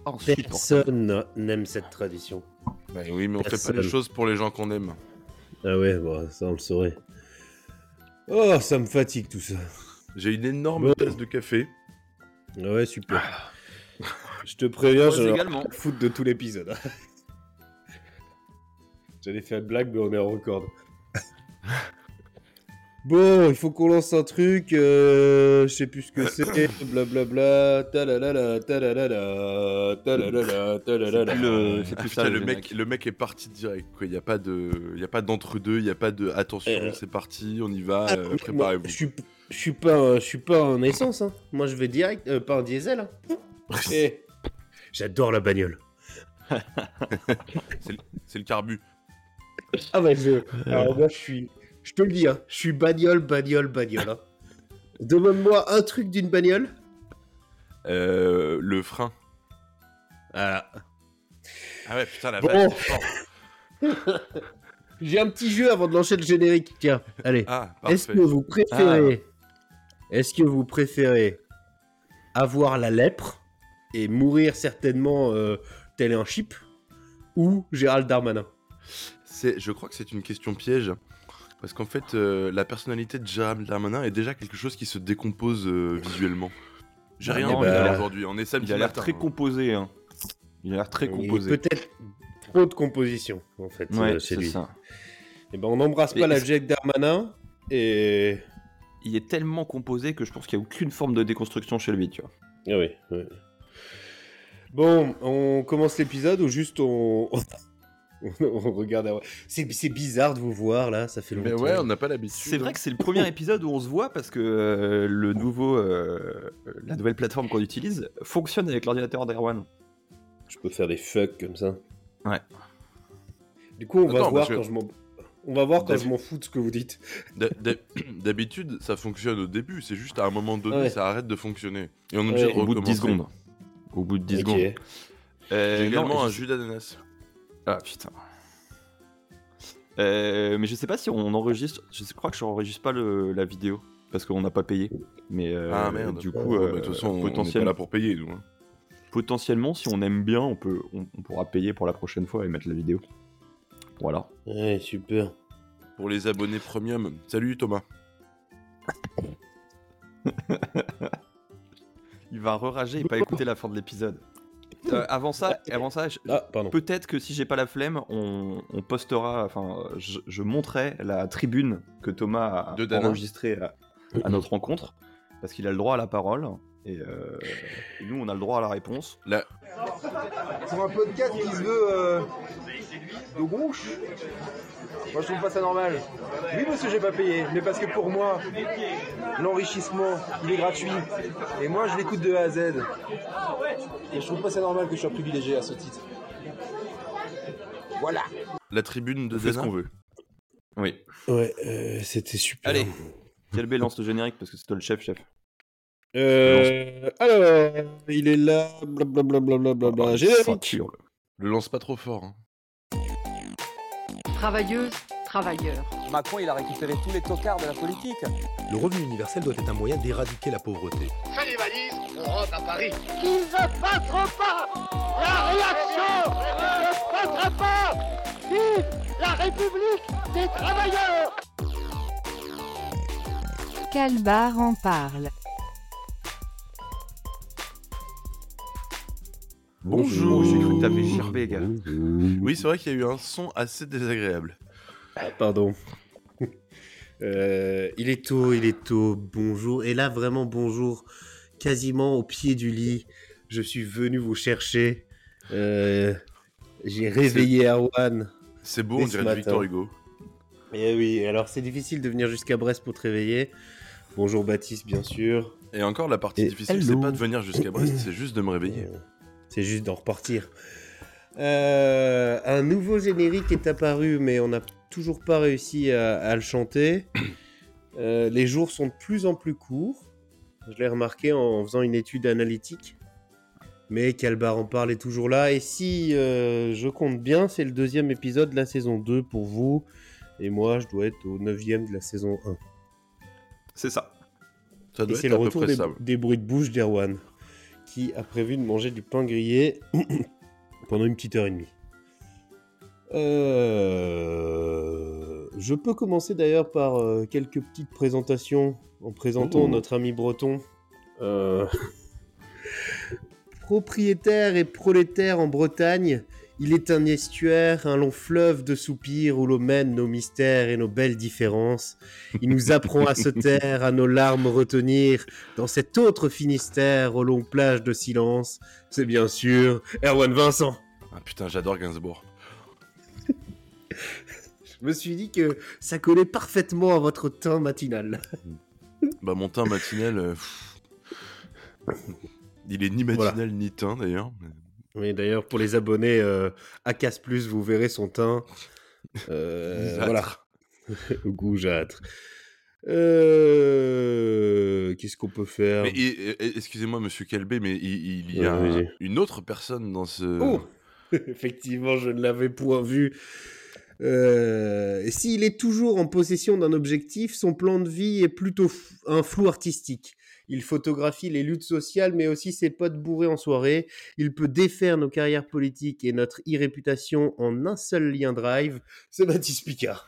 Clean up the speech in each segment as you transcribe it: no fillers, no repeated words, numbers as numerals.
insupportable. Personne n'aime cette tradition. Bah oui, mais on fait pas les choses pour les gens qu'on aime. Ah ouais, bon, ça on le saurait. Oh, ça me fatigue tout ça. J'ai une énorme tasse de café. Ah ouais, super. Je te préviens, j'en ai également. foutre de tout l'épisode. J'allais faire une blague, mais on est en record. Bon, il faut qu'on lance un truc, je sais plus ce que c'est, blablabla, talalala, talalala, talalala, talalala. C'est plus Putain, ça, le mec est parti direct, quoi. Il y a pas d'entre-deux, il y a pas de attention, c'est parti, on y va, préparez-vous. Je suis pas en essence, hein. Moi je vais direct, pas en diesel. Hein. Et j'adore la bagnole. C'est le carbu. Ah ouais, alors moi je te le dis, hein, je suis bagnole. Hein. Demande-moi un truc d'une bagnole. Le frein. Voilà. Ah ouais, putain, la Bon. vache, c'est fort. J'ai un petit jeu avant de lancer le générique. Tiens, allez. Ah, parfait. Est-ce que vous préférez avoir la lèpre et mourir certainement tel un chip, ou Gérald Darmanin? Je crois que c'est une question piège. Parce qu'en fait, la personnalité de Gérald Darmanin est déjà quelque chose qui se décompose visuellement. J'ai rien envie aujourd'hui, on est samedi Il a l'air matin, très composé. Hein. Il a l'air très composé. Peut-être trop de composition, en fait, Ouais, chez c'est lui. ça. Et ben, on n'embrasse pas la Jack Darmanin, et... Il est tellement composé que je pense qu'il n'y a aucune forme de déconstruction chez lui, tu vois. Ah oui. Bon, on commence l'épisode ou juste on regarde. C'est bizarre de vous voir là, ça fait longtemps. Mais ouais, on n'a pas l'habitude. C'est vrai que c'est le premier épisode où on se voit parce que la nouvelle plateforme qu'on utilise fonctionne avec l'ordinateur d'Erwan. Je peux faire des fucks comme ça. Ouais. Du coup, on va voir quand je m'en fous de ce que vous dites. D'habitude, ça fonctionne au début, c'est juste à un moment donné, ça arrête de fonctionner. Et on est obligé de Au bout de 10 recommencer. secondes. Au bout de 10 secondes. J'ai également un jus d'ananas. Ah putain. Mais je sais pas si on enregistre. Je crois que je n'enregistre pas la vidéo parce qu'on n'a pas payé. Mais merde. Du coup, de toute façon, on n'est pas là pour payer, nous. Hein. Potentiellement, si on aime bien, on pourra payer pour la prochaine fois et mettre la vidéo. Voilà. Ouais, super. Pour les abonnés premium. Salut Thomas. Il va rager et pas écouter la fin de l'épisode. Avant ça, peut-être que si j'ai pas la flemme, on postera, enfin, je montrerai la tribune que Thomas a enregistrée à notre rencontre, parce qu'il a le droit à la parole, et nous on a le droit à la réponse. Pour un podcast qui se veut de gauche, moi je trouve pas ça normal. Oui, parce que j'ai pas payé, mais parce que pour moi, l'enrichissement, il est gratuit. Et moi, je l'écoute de A à Z. Et je trouve pas ça normal que je sois privilégié à ce titre. Voilà. La tribune de Fais ce qu'on veut. Oui. Ouais, c'était super. Allez, Calbé lance le générique parce que c'est toi le chef. Alors, il est là, blablabla, générique. Le lance pas trop fort. Hein. Travailleuses, travailleurs. Macron, il a récupéré tous les tocards de la politique. Le revenu universel doit être un moyen d'éradiquer la pauvreté. Fais les valises, on rentre à Paris. Ils ne passeront pas. La réaction ne passera pas. Vive la République des travailleurs. Calbar en parle. Bonjour, j'ai cru que t'avais gerbé, gars. Oui, c'est vrai qu'il y a eu un son assez désagréable. Pardon. Il est tôt, bonjour. Et là, vraiment bonjour, quasiment au pied du lit. Je suis venu vous chercher. J'ai réveillé Erwan. C'est beau, on dirait Victor Hugo. Et oui, alors c'est difficile de venir jusqu'à Brest pour te réveiller. Bonjour Baptiste, bien sûr. Et encore, la partie difficile, c'est pas de venir jusqu'à Brest, c'est juste de me réveiller. C'est juste d'en repartir. Un nouveau générique est apparu, mais on n'a toujours pas réussi à le chanter. Les jours sont de plus en plus courts. Je l'ai remarqué en faisant une étude analytique. Mais Calbar en parle est toujours là. Et si je compte bien, c'est le 2e épisode de la saison 2 pour vous. Et moi, je dois être au 9e de la saison 1. C'est ça. Ça doit et être c'est le à peu retour près ça. des bruits de bouche d'Erwan, qui a prévu de manger du pain grillé pendant une petite heure et demie. Je peux commencer d'ailleurs par quelques petites présentations en présentant notre ami breton. Propriétaire et prolétaire en Bretagne, il est un estuaire, un long fleuve de soupirs où l'on mène nos mystères et nos belles différences. Il nous apprend à se taire, à nos larmes retenir, dans cet autre Finistère aux longues plages de silence. C'est bien sûr Erwan Vincent. Ah putain, j'adore Gainsbourg. Je me suis dit que ça collait parfaitement à votre teint matinal. Bah mon teint matinal, il est ni matinal ni teint d'ailleurs. Oui, d'ailleurs, pour les abonnés à Casse Plus, vous verrez son teint. Voilà. Gougeâtre. Qu'est-ce qu'on peut faire? Mais excusez-moi, monsieur Calbé, mais il y a une autre personne dans ce... Oh effectivement, je ne l'avais point vu. S'il est toujours en possession d'un objectif, son plan de vie est plutôt un flou artistique. Il photographie les luttes sociales, mais aussi ses potes bourrés en soirée. Il peut défaire nos carrières politiques et notre e-réputation en un seul lien drive. C'est Baptiste Picard.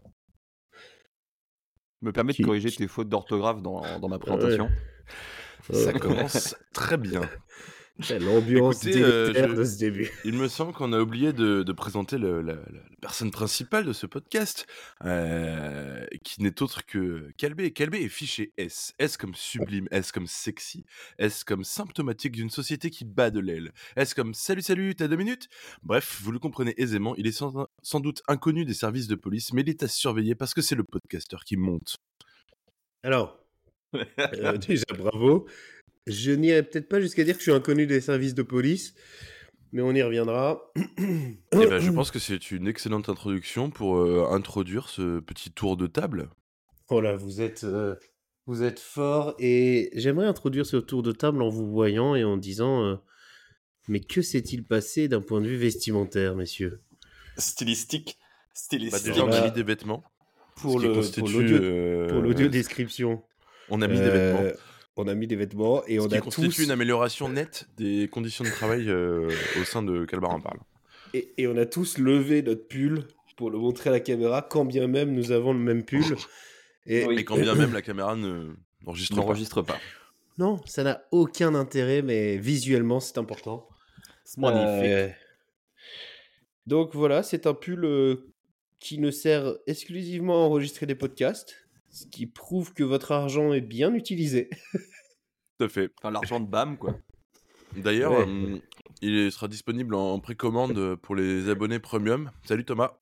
Me permet de corriger tes fautes d'orthographe dans ma présentation. Ça commence très bien. L'ambiance délétère de ce début. Il me semble qu'on a oublié de présenter la personne principale de ce podcast, qui n'est autre que Calbé. Calbé est fiché S. S comme sublime, S comme sexy, S comme symptomatique d'une société qui bat de l'aile, S comme salut, t'as 2 minutes? Bref, vous le comprenez aisément, il est sans doute inconnu des services de police, mais il est à surveiller parce que c'est le podcasteur qui monte. Alors, déjà bravo. Je n'irai peut-être pas jusqu'à dire que je suis inconnu des services de police, mais on y reviendra. Je pense que c'est une excellente introduction pour introduire ce petit tour de table. Oh là, vous êtes fort, et j'aimerais introduire ce tour de table en vous voyant et en disant mais que s'est-il passé d'un point de vue vestimentaire, messieurs? Stylistique. Bah déjà, on a mis des vêtements. Pour l'audio description. On a mis des vêtements. On a mis des vêtements et on a constitue une amélioration nette des conditions de travail au sein de Calbar en parle. Et on a tous levé notre pull pour le montrer à la caméra, quand bien même nous avons le même pull. Et quand bien même la caméra n'enregistre pas. Non, ça n'a aucun intérêt, mais visuellement c'est important. C'est magnifique. Donc voilà, c'est un pull qui ne sert exclusivement à enregistrer des podcasts. Ce qui prouve que votre argent est bien utilisé. Tout à fait. Enfin, l'argent de BAM, quoi. D'ailleurs, il sera disponible en précommande pour les abonnés premium. Salut Thomas.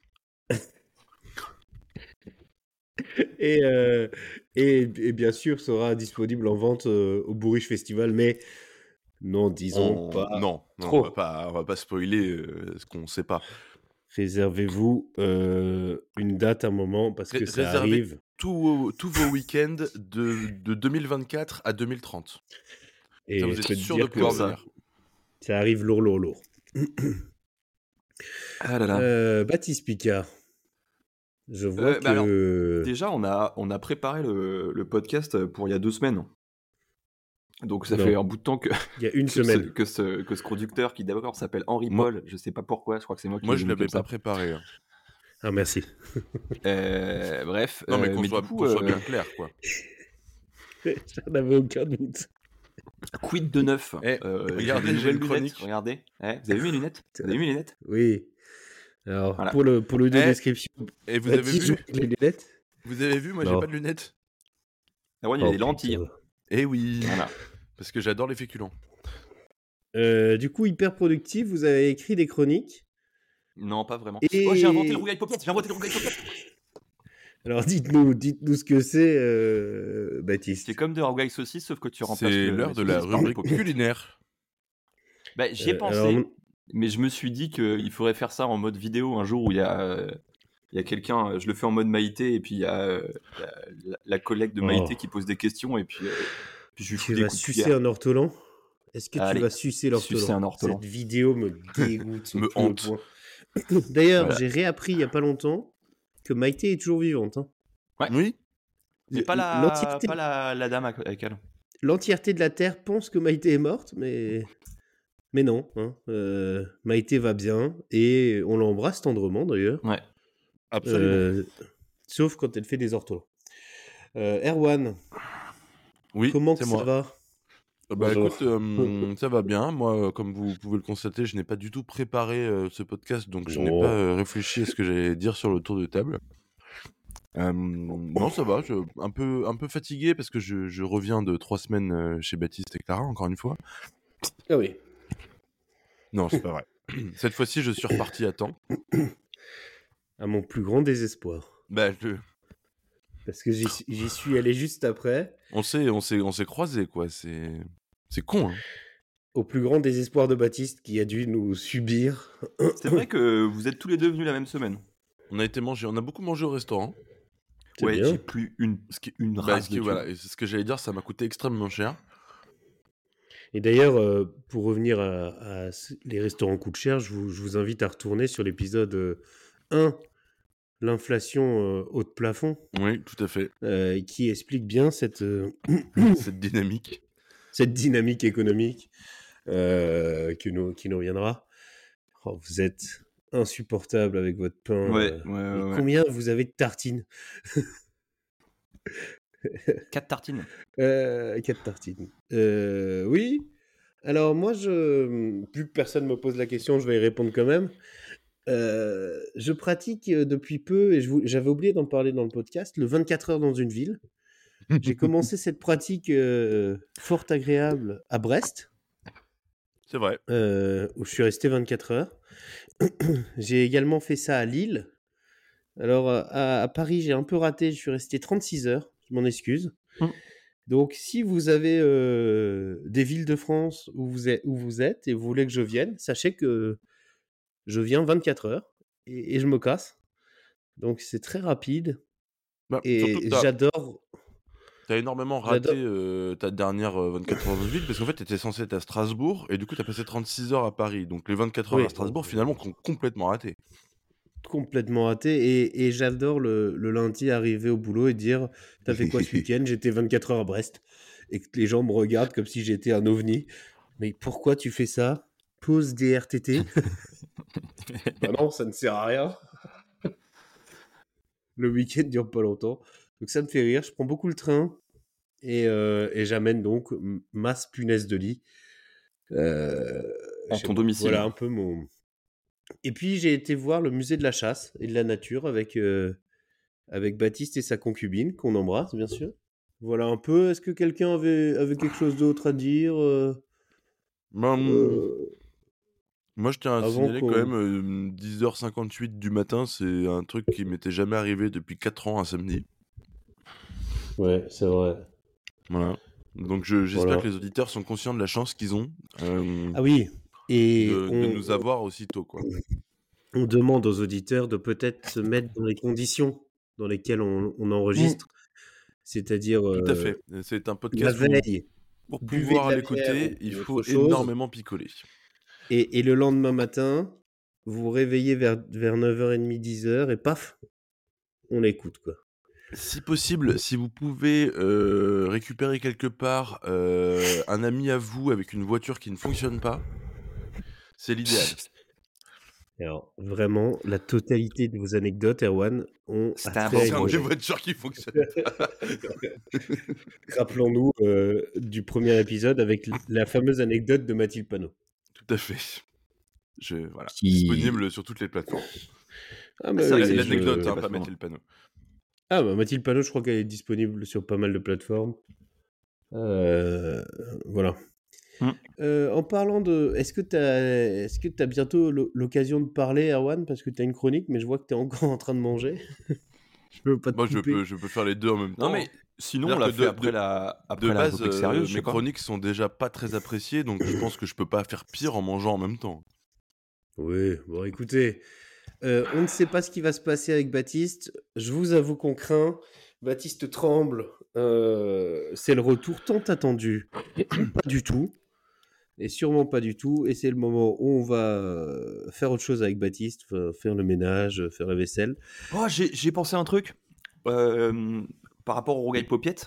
et bien sûr, sera disponible en vente au Bourriche Festival, mais non, disons pas. Non, on va pas spoiler ce qu'on sait pas. Réservez-vous une date, un moment, parce que ça arrive. Tous vos week-ends de 2024 à 2030. Et ça, vous êtes sûr de pouvoir venir. Ça arrive lourd. Ah là là. Baptiste Picard. Je vois que... Alors, déjà, on a préparé le podcast pour il y a 2 semaines. Donc ça fait un bout de temps que... Il y a une semaine. Que ce producteur qui d'abord s'appelle Henri Paul, je sais pas pourquoi, je crois que c'est moi qui... Moi je l'avais pas préparé. Hein. Ah merci. Bref. Non mais qu'on soit bien clair quoi. J'en avais aucun doute. Quid de neuf? Regardez les nouvelles chroniques. Regardez. Vous avez vu mes lunettes? Oui. Alors voilà. pour le description. Et vous avez vu les lunettes? Vous avez vu? Moi j'ai pas de lunettes. Ah ouais, il y a des lentilles. Eh oui. Voilà. Parce que j'adore les féculents. Du coup, hyper productif, vous avez écrit des chroniques? Non, pas vraiment. J'ai inventé le rougail popiette. Alors, dites-nous ce que c'est, Baptiste. C'est comme de rougail saucisse, sauf que tu remplaces... C'est l'heure de la rubrique culinaire. J'y ai pensé, mais je me suis dit qu'il faudrait faire ça en mode vidéo un jour où il y a quelqu'un, je le fais en mode Maïté, et puis il y a la collègue de Maïté qui pose des questions, et puis je lui fous des coups de cuillère. Tu vas sucer un ortolan? Est-ce que tu vas sucer l'ortolan? Sucer un ortolan. Cette vidéo me dégoûte. Me hante. D'ailleurs, j'ai réappris il n'y a pas longtemps que Maïté est toujours vivante. Hein. Ouais. Oui. Mais pas la dame avec elle. l'entièreté de la Terre pense que Maïté est morte, mais non. Hein. Maïté va bien et on l'embrasse tendrement d'ailleurs. Ouais. Absolument. Sauf quand elle fait des ortolans. Erwan, Oui, comment c'est que moi. ça va? Écoute, ça va bien. Moi, comme vous pouvez le constater, je n'ai pas du tout préparé ce podcast, donc je n'ai pas réfléchi à ce que j'allais dire sur le tour de table. Non, ça va. Un peu fatigué parce que je reviens de 3 semaines chez Baptiste et Clara, encore une fois. Ah oui. Non, c'est pas vrai. Cette fois-ci, je suis reparti à temps. À mon plus grand désespoir. Parce que j'y suis allé juste après. On s'est croisés, quoi. C'est con, hein. Au plus grand désespoir de Baptiste qui a dû nous subir. C'est vrai que vous êtes tous les deux venus la même semaine. On a beaucoup mangé au restaurant. Ouais, j'ai plus une race de voilà, et c'est ce que j'allais dire, ça m'a coûté extrêmement cher. Et d'ailleurs, pour revenir à les restaurants coûtent cher, je vous invite à retourner sur l'épisode 1, l'inflation haut de plafond. Oui, tout à fait. Qui explique bien cette dynamique. Cette dynamique économique qui nous reviendra. Oh, vous êtes insupportable avec votre pain. Ouais. Combien vous avez de tartines? 4 tartines. 4 tartines. Oui. Alors moi, vu que personne me pose la question, je vais y répondre quand même. Je pratique depuis peu, et j'avais oublié d'en parler dans le podcast, le 24 heures dans une ville. J'ai commencé cette pratique fort agréable à Brest. C'est vrai. Où je suis resté 24 heures. J'ai également fait ça à Lille. Alors, à Paris, j'ai un peu raté. Je suis resté 36 heures. Je m'en excuse. Donc, si vous avez des villes de France où vous êtes et vous voulez que je vienne, sachez que je viens 24 heures et je me casse. Donc, c'est très rapide. Et j'adore... T'as énormément raté ta dernière 24 heures de ville parce qu'en fait t'étais censé être à Strasbourg et du coup t'as passé 36 heures à Paris, donc les 24 heures à Strasbourg finalement sont complètement raté. Complètement raté, et j'adore le lundi arriver au boulot et dire t'as fait quoi ce week-end? J'étais 24 heures à Brest, et que les gens me regardent comme si j'étais un ovni. Mais pourquoi tu fais ça? Pause des RTT. Bah non, ça ne sert à rien. Le week-end dure pas longtemps. Donc ça me fait rire, je prends beaucoup le train et j'amène donc masse punaise de lit. En ton domicile. Voilà un peu mon... Et puis j'ai été voir le musée de la chasse et de la nature avec Baptiste et sa concubine, qu'on embrasse bien sûr. Voilà un peu, est-ce que quelqu'un avait quelque chose d'autre à dire Moi je tiens à signaler quand même 10h58 du matin, c'est un truc qui m'était jamais arrivé depuis 4 ans un samedi. Ouais, c'est vrai. Voilà. Donc j'espère que les auditeurs sont conscients de la chance qu'ils ont. Ah oui. Et de nous avoir aussitôt, quoi. On demande aux auditeurs de peut-être se mettre dans les conditions dans lesquelles on enregistre. C'est-à-dire... Tout à fait. C'est un podcast la veille, pour pouvoir l'écouter, il faut énormément picoler. Et le lendemain matin, vous vous réveillez vers 9h30, 10h, et paf, on l'écoute, quoi. Si possible, si vous pouvez récupérer quelque part un ami à vous avec une voiture qui ne fonctionne pas, c'est l'idéal. Alors, vraiment, la totalité de vos anecdotes, Erwan, ont des voitures qui fonctionnent pas. Rappelons-nous du premier épisode avec la fameuse anecdote de Mathilde Panot. Tout à fait. Voilà. Disponible sur toutes les plateformes. Ah, bah, c'est l'anecdote, pas Mathilde Panot. Ah bah Mathilde Panot, je crois qu'elle est disponible sur pas mal de plateformes. Voilà. En parlant de... Est-ce que t'as bientôt l'occasion de parler, Erwan? Parce que t'as une chronique, mais je vois que t'es encore en train de manger. Je peux pas te couper. Je peux faire les deux en même temps. Non mais sinon on l'a fait après la base, rubrique sérieuse. Mes chroniques sont déjà pas très appréciées, donc je pense que je peux pas faire pire en mangeant en même temps. Oui, bon écoutez... on ne sait pas ce qui va se passer avec Baptiste. Je vous avoue qu'on craint. Baptiste tremble. C'est le retour tant attendu. Pas du tout. Et sûrement pas du tout. Et c'est le moment où on va faire autre chose avec Baptiste. Faire le ménage, faire la vaisselle. Oh, j'ai pensé à un truc. Par rapport au Rougail Paupiette.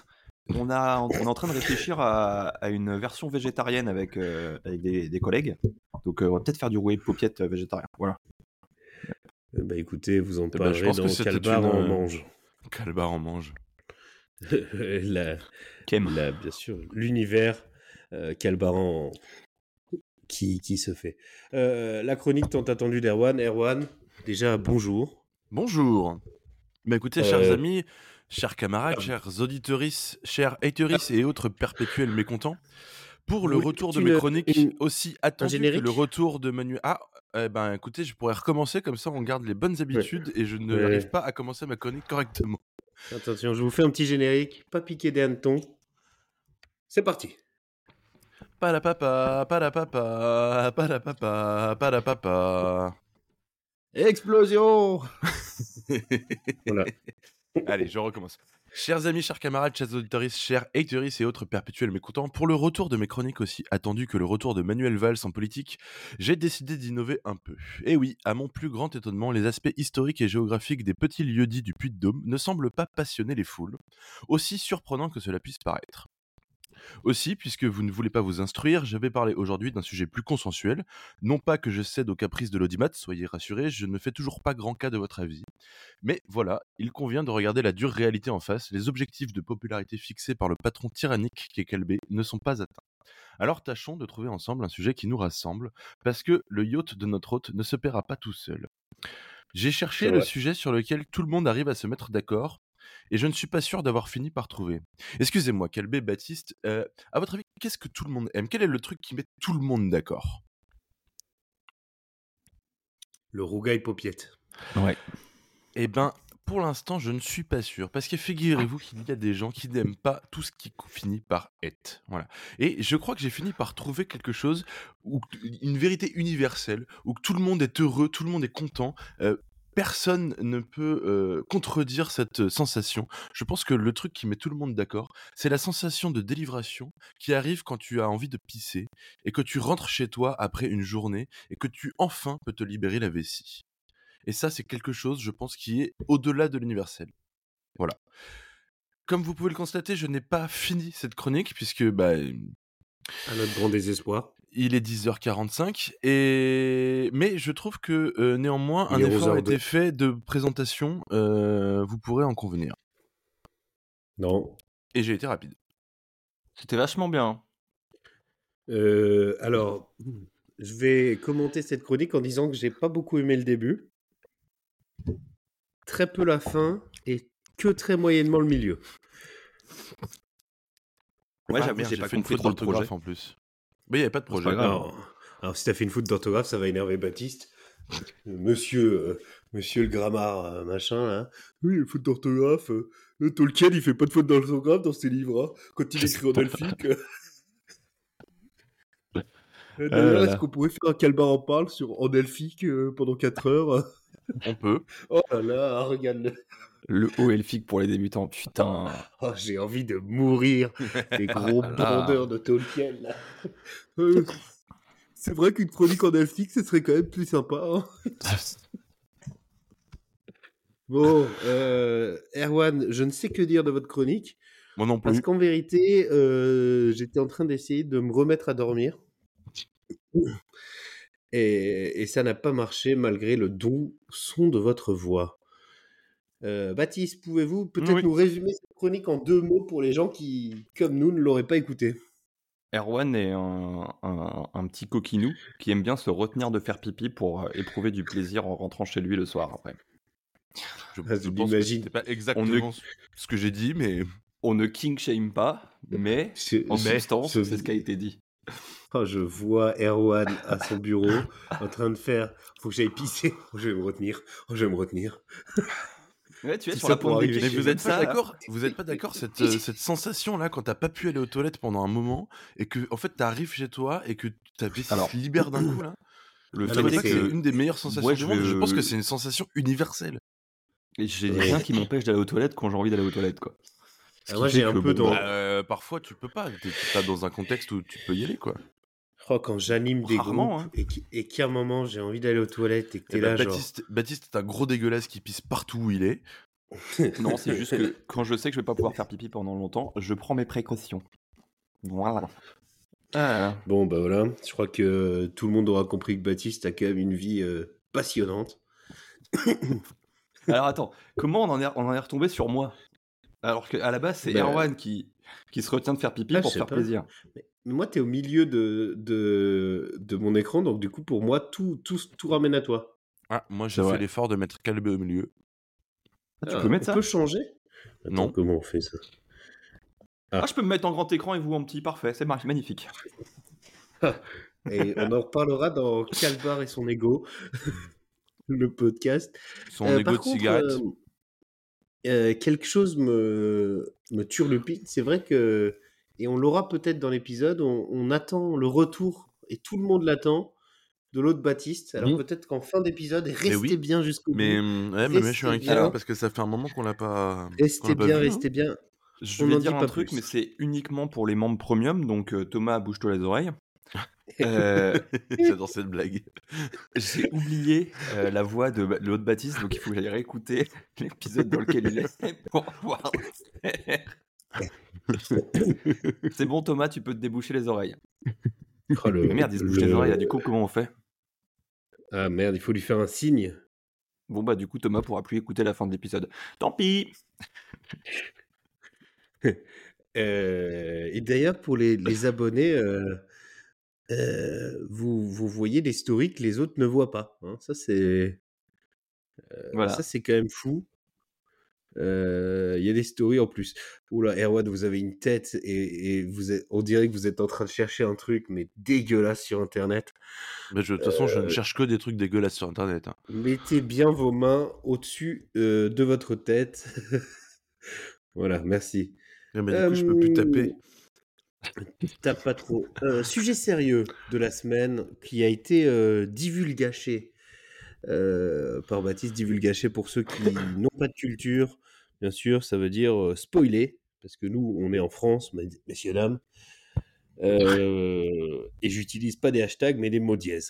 On est en train de réfléchir à une version végétarienne avec des collègues. Donc on va peut-être faire du rouet de paupiètes végétarien. Voilà. Bah écoutez, vous en parlerez dans Calbar en mange. Calbar en mange. Bien sûr, l'univers Calbaran qui se fait. La chronique tant attendue d'Erwan. Erwan, déjà bonjour. Bonjour. Bah écoutez, chers amis, chers camarades, chers auditeuristes, chers hateristes et autres perpétuels mécontents, pour le retour de mes chroniques aussi attendu que le retour de Manuel... ben écoutez, je pourrais recommencer, comme ça on garde les bonnes habitudes et je n'arrive pas à commencer ma chronique correctement. Attention, je vous fais un petit générique, pas piqué des hannetons. C'est parti. Palapapa, palapapa, palapapa, palapapa. Explosion. Voilà. Allez, je recommence. Chers amis, chers camarades, chers auditeurs, chers hateristes et autres perpétuels mécontents, pour le retour de mes chroniques aussi attendu que le retour de Manuel Valls en politique, j'ai décidé d'innover un peu. Et oui, à mon plus grand étonnement, les aspects historiques et géographiques des petits lieux-dits du Puy-de-Dôme ne semblent pas passionner les foules, aussi surprenant que cela puisse paraître. Aussi, puisque vous ne voulez pas vous instruire, je vais parler aujourd'hui d'un sujet plus consensuel. Non pas que je cède aux caprices de l'audimat, soyez rassurés, je ne fais toujours pas grand cas de votre avis. Mais voilà, il convient de regarder la dure réalité en face, les objectifs de popularité fixés par le patron tyrannique qu'est Calbé ne sont pas atteints. Alors tâchons de trouver ensemble un sujet qui nous rassemble, parce que le yacht de notre hôte ne se paiera pas tout seul. J'ai cherché le sujet sur lequel tout le monde arrive à se mettre d'accord, et je ne suis pas sûr d'avoir fini par trouver. Excusez-moi, Calbé, Baptiste, à votre avis, qu'est-ce que tout le monde aime ? Quel est le truc qui met tout le monde d'accord ? Le rougail paupiette. Ouais. Eh ben, pour l'instant, je ne suis pas sûr, parce que figurez-vous qu'il y a des gens qui n'aiment pas tout ce qui finit par être. Voilà. Et je crois que j'ai fini par trouver quelque chose, une vérité universelle, où tout le monde est heureux, tout le monde est content. Personne ne peut contredire cette sensation. Je pense que le truc qui met tout le monde d'accord, c'est la sensation de délivration qui arrive quand tu as envie de pisser et que tu rentres chez toi après une journée et que tu enfin peux te libérer la vessie. Et ça, c'est quelque chose, je pense, qui est au-delà de l'universel. Voilà. Comme vous pouvez le constater, je n'ai pas fini cette chronique puisque... à notre grand désespoir. Il est 10h45, mais je trouve que néanmoins, un effort a été fait de présentation, vous pourrez en convenir. Non. Et j'ai été rapide. C'était vachement bien. Alors, je vais commenter cette chronique en disant que j'ai pas beaucoup aimé le début, très peu la fin, et que très moyennement le milieu. Ouais, j'avoue, j'ai pas compris trop le projet en plus. Mais il n'y avait pas de projet. Alors, si t'as fait une faute d'orthographe, ça va énerver Baptiste. Monsieur le grammar, machin, là. Oui, faute d'orthographe. Tolkien, il fait pas de faute d'orthographe dans ses livres. Hein, quand il écrit en elfique. D'ailleurs, est-ce qu'on pourrait faire un Calbar en parle en elfique pendant 4 heures On peut. Oh là là, regarde-le. Le haut elfique pour les débutants, putain. Oh, j'ai envie de mourir. Les gros bandeurs de Tolkien, là. C'est vrai qu'une chronique en elfique, ce serait quand même plus sympa. Hein. Bon, Erwan, je ne sais que dire de votre chronique. Moi non plus. Parce qu'en vérité, j'étais en train d'essayer de me remettre à dormir. Et ça n'a pas marché malgré le doux son de votre voix. Baptiste, pouvez-vous peut-être nous résumer cette chronique en 2 mots pour les gens qui, comme nous, ne l'auraient pas écouté ? Erwan est un petit coquinou qui aime bien se retenir de faire pipi pour éprouver du plaisir en rentrant chez lui le soir après. Je pense que c'était pas exactement ce que j'ai dit, mais... On ne king shame pas, mais en substance, c'est ce qui a été dit. Oh, je vois Erwan à son bureau en train de faire « Faut que j'aille pisser. Je vais me retenir. » Ouais, tu es sur la pointe des pieds. Mais vous êtes pas d'accord cette sensation-là quand t'as pas pu aller aux toilettes pendant un moment et que en fait t'arrives chez toi et que ta vessie se libère d'un coup là. C'est une des meilleures sensations du monde. Je pense que c'est une sensation universelle. Et j'ai rien qui m'empêche d'aller aux toilettes quand j'ai envie d'aller aux toilettes, quoi. Moi j'ai un peu dans... parfois tu peux pas. T'es pas dans un contexte où tu peux y aller, quoi. Oh, quand j'anime des groupes et qu'à un moment j'ai envie d'aller aux toilettes et que t'es là Baptiste est un gros dégueulasse qui pisse partout où il est. Non, c'est juste que quand je sais que je vais pas pouvoir faire pipi pendant longtemps, je prends mes précautions. Voilà. Bon, bah voilà, je crois que tout le monde aura compris que Baptiste a quand même une vie passionnante. Alors attends, comment on en est retombé sur moi? Alors qu'à la base, c'est Erwan qui se retient de faire pipi pour faire plaisir. Mais moi, t'es au milieu de mon écran, donc du coup, pour moi, tout ramène à toi. Ah, moi, j'ai fait l'effort de mettre Calbé au milieu. Tu peux mettre ça? On peut changer? Attends, non. Comment on fait ça? Je peux me mettre en grand écran et vous en petit, parfait, c'est magnifique. Et on en reparlera dans Calbar et son ego, le podcast. Son ego de cigarette. Quelque chose me turlupine. C'est vrai que, et on l'aura peut-être dans l'épisode, on attend le retour, et tout le monde l'attend, de l'autre Baptiste. Alors peut-être qu'en fin d'épisode, restez bien jusqu'au bout. Mais je suis inquiet parce que ça fait un moment qu'on l'a pas. Restez bien. Je vais dire un truc, mais c'est uniquement pour les membres premium, donc Thomas, bouge-toi les oreilles. J'adore cette blague. J'ai oublié la voix de l'autre Baptiste, donc il faut que j'aille réécouter l'épisode dans lequel il est pour voir. C'est bon, Thomas, tu peux te déboucher les oreilles. Merde, il se bouche les oreilles, là, du coup, comment on fait? Ah merde, il faut lui faire un signe. Bon, bah, du coup, Thomas pourra plus écouter la fin de l'épisode. Tant pis. Et d'ailleurs, pour les abonnés, vous voyez les stories que les autres ne voient pas. Hein. Ça, c'est quand même fou. Il y a des stories en plus. Oula, Erwan, vous avez une tête et on dirait que vous êtes en train de chercher un truc, mais dégueulasse sur Internet. De toute façon, je ne cherche que des trucs dégueulasses sur Internet. Hein. Mettez bien vos mains au-dessus de votre tête. Voilà, merci. Mais du coup, je peux plus taper. Tape pas trop. Sujet sérieux de la semaine qui a été divulgaché par Baptiste. Divulgaché pour ceux qui n'ont pas de culture, bien sûr, ça veut dire spoiler, parce que nous, on est en France, messieurs, dames. Et j'utilise pas des hashtags, mais des mots dièses.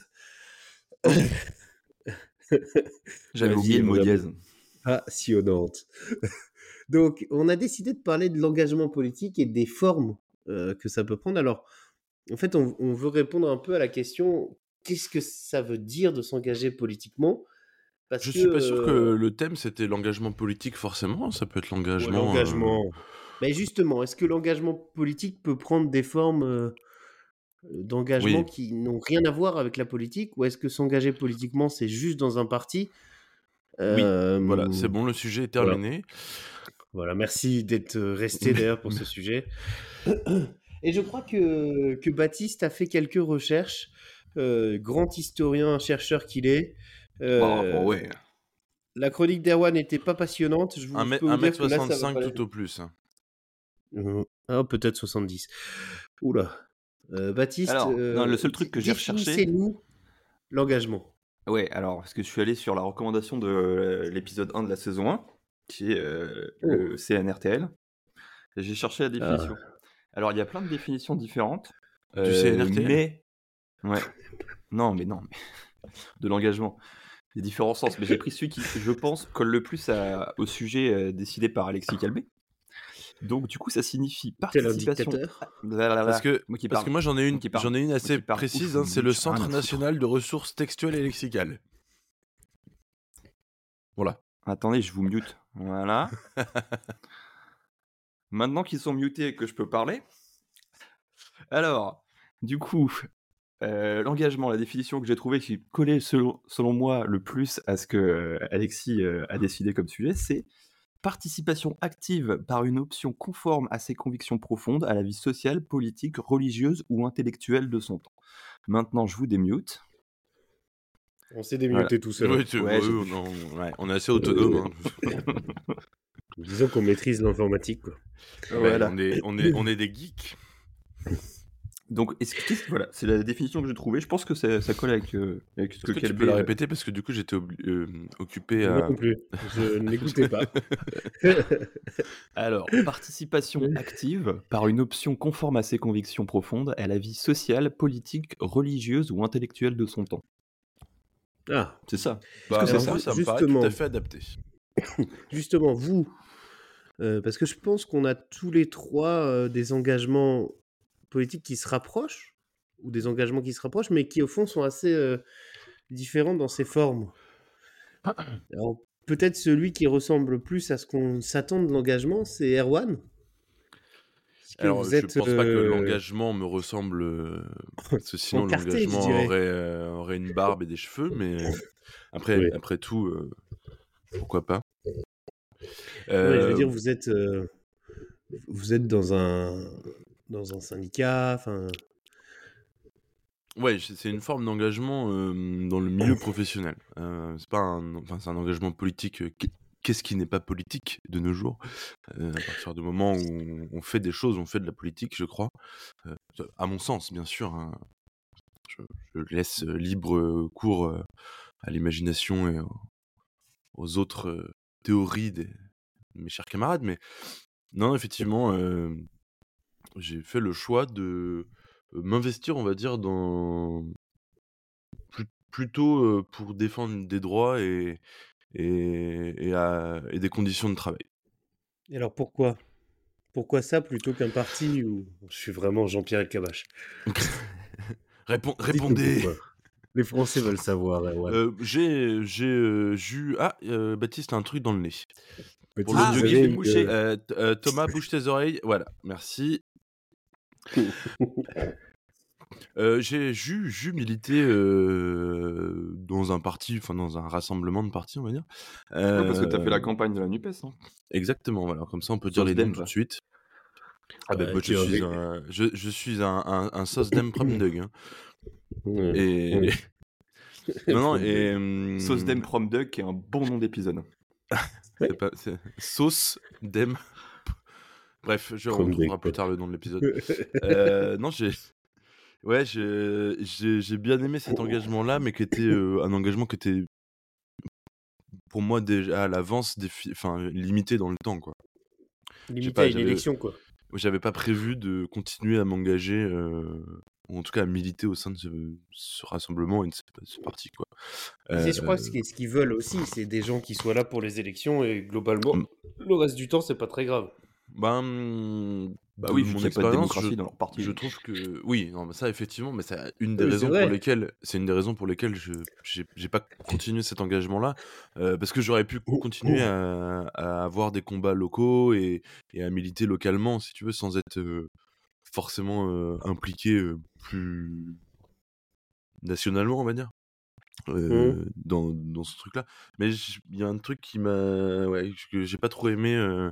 J'avais oublié le mot dièse. Passionnante. Donc, on a décidé de parler de l'engagement politique et des formes que ça peut prendre. Alors, en fait, on veut répondre un peu à la question, qu'est-ce que ça veut dire de s'engager politiquement? Je suis pas sûr que le thème, c'était l'engagement politique, forcément. Ça peut être l'engagement... Mais justement, est-ce que l'engagement politique peut prendre des formes d'engagement qui n'ont rien à voir avec la politique? Ou est-ce que s'engager politiquement, c'est juste dans un parti? Oui, voilà, c'est bon, le sujet est terminé. Voilà, merci d'être resté d'ailleurs pour ce sujet. Et je crois que Baptiste a fait quelques recherches, grand historien, chercheur qu'il est. Ouais. La chronique d'Erwan n'était pas passionnante. 1m65 tout au plus. Peut-être 70. Oula. Baptiste, alors, non, le seul truc que j'ai recherché... C'est nous, l'engagement. Ouais, alors, parce que je suis allé sur la recommandation de l'épisode 1 de la saison 1, qui est le CNRTL. Et j'ai cherché la définition. Alors, il y a plein de définitions différentes. Du CNRTL mais... Ouais. Non, mais... de l'engagement. Il y a différents sens. Mais j'ai pris celui qui, je pense, colle le plus au sujet décidé par Alexis Calbé. Donc, du coup, ça signifie participation... Parce que moi, j'en ai une assez précise. C'est le Centre National de Ressources Textuelles et Lexicales. Voilà. Attendez, je vous mute. Voilà. Maintenant qu'ils sont mutés et que je peux parler. Alors, du coup, l'engagement, la définition que j'ai trouvée qui collait selon moi le plus à ce que Alexis a décidé comme sujet, c'est participation active par une option conforme à ses convictions profondes à la vie sociale, politique, religieuse ou intellectuelle de son temps. Maintenant, je vous démute. On s'est démuté tout seul. On est assez autonome. Disons qu'on maîtrise l'informatique. Quoi. Voilà. On est des geeks. Donc, voilà, c'est la définition que j'ai trouvée. Je pense que ça colle avec ce que tu peux la répéter parce que du coup j'étais occupé à... Moi non plus, je n'écoutais pas. Alors, participation active par une option conforme à ses convictions profondes à la vie sociale, politique, religieuse ou intellectuelle de son temps. Ah, c'est ça. Ça me paraît tout à fait adapté. Justement, vous, parce que je pense qu'on a tous les trois des engagements politiques qui se rapprochent, ou des engagements qui se rapprochent, mais qui au fond sont assez différents dans ses formes. Alors, peut-être celui qui ressemble plus à ce qu'on s'attend de l'engagement, c'est Erwan. Alors, je pense pas que l'engagement me ressemble, parce que sinon l'engagement aurait une barbe et des cheveux, mais après tout, pourquoi pas. Ouais, je veux dire, vous êtes dans un syndicat, enfin. Ouais, c'est une forme d'engagement dans le milieu professionnel. C'est un engagement politique. Qu'est-ce qui n'est pas politique de nos jours à partir du moment où on fait des choses, on fait de la politique, je crois. À mon sens, bien sûr. Hein. Je laisse libre cours à l'imagination et aux autres théories de mes chers camarades. Mais non, effectivement, j'ai fait le choix de m'investir, on va dire, dans plutôt pour défendre des droits et des conditions de travail. Et alors pourquoi ça plutôt qu'un parti où je suis vraiment Jean-Pierre Elkabbach? Répondez. Les Français veulent savoir. J'ai Baptiste a un truc dans le nez. Pour l'audio mouché. Thomas, bouge tes oreilles. Voilà, merci. J'ai milité dans un parti, enfin dans un rassemblement de partis, on va dire. Parce que t'as fait la campagne de la NUPES, non? Exactement, voilà. Comme ça, on peut dire les noms tout de suite. Ah ben moi, je suis un SOSDEM Promdug. Hein. Et non, et SOSDEM Promdug, qui est un bon nom d'épisode. C'est Sauce Dem. Bref, je retrouvera plus tard le nom de l'épisode. Non, j'ai bien aimé cet engagement-là, mais qui était un engagement qui était pour moi déjà à l'avance limité dans le temps, quoi. Limité à une élection, quoi. J'avais pas prévu de continuer à m'engager, ou en tout cas à militer au sein de ce rassemblement et de ce parti, quoi. Je crois que ce qu'ils veulent aussi, c'est des gens qui soient là pour les élections et globalement, le reste du temps, c'est pas très grave. Bah oui, mon expérience, dans leur parti. Je trouve que oui, non, mais ça effectivement, mais c'est une des raisons pour lesquelles j'ai pas continué cet engagement-là, parce que j'aurais pu continuer à avoir des combats locaux et à militer localement, si tu veux, sans être forcément impliqué plus nationalement, on va dire. Dans ce truc-là, mais il y a un truc que j'ai pas trop aimé,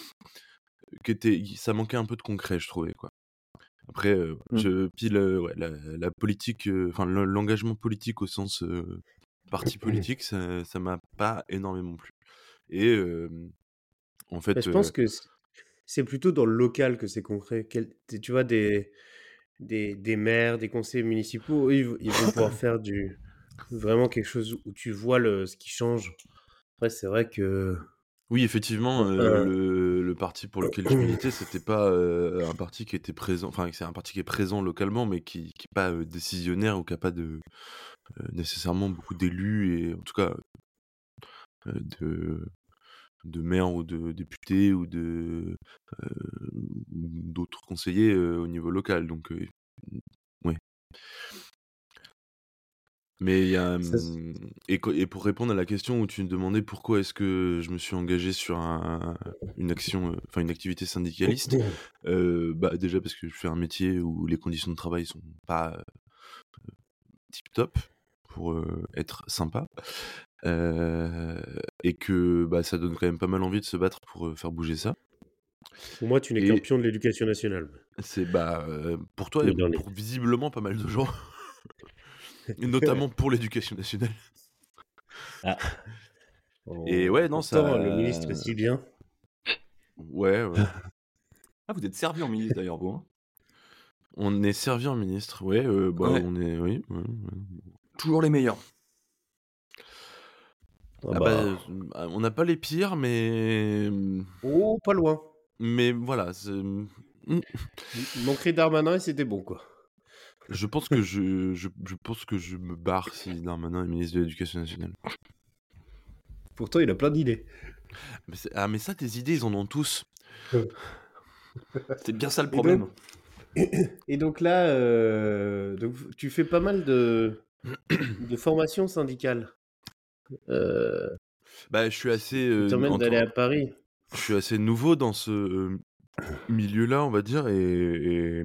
ça manquait un peu de concret, je trouvais, quoi. Après, la politique, l'engagement politique au sens parti politique, ça m'a pas énormément plu. Et en fait, je pense que c'est plutôt dans le local que c'est concret. Tu vois, des maires, des conseillers municipaux, ils vont pouvoir faire vraiment quelque chose où tu vois ce qui change. Après, c'est vrai que... Oui, effectivement, le parti pour lequel je militais, c'était pas un parti qui était présent, enfin, c'est un parti qui est présent localement, mais qui n'est pas décisionnaire ou qui n'a pas nécessairement beaucoup d'élus, et en tout cas de maires ou de députés ou d'autres conseillers au niveau local. Donc, ouais. Mais il y a et pour répondre à la question où tu me demandais pourquoi est-ce que je me suis engagé sur une activité syndicaliste, déjà parce que je fais un métier où les conditions de travail sont pas tip top pour être sympa, et que ça donne quand même pas mal envie de se battre pour faire bouger ça. Pour moi, tu n'es qu'un pion de l'éducation nationale. C'est pour toi et pour visiblement pas mal de gens. Notamment pour l'éducation nationale. Ah. Et ouais, non, ça... Le ministre est si bien. Ouais. Ah, vous êtes servi en ministre d'ailleurs, vous, hein? On est servi en ministre, ouais. On est... Oui. Toujours les meilleurs. On n'a pas les pires, mais... Oh, pas loin. Mais voilà, Il manquerait Darmanin et c'était bon, quoi. Je pense que je pense que je me barre si Darmanin est ministre de l'Éducation nationale. Pourtant, il a plein d'idées. Mais ça, tes idées, ils en ont tous. C'est bien ça le problème. Et donc là, tu fais pas mal de formations syndicales. Je suis assez. Qui t'emmènent d'aller à Paris. Je suis assez nouveau dans ce milieu-là, on va dire, et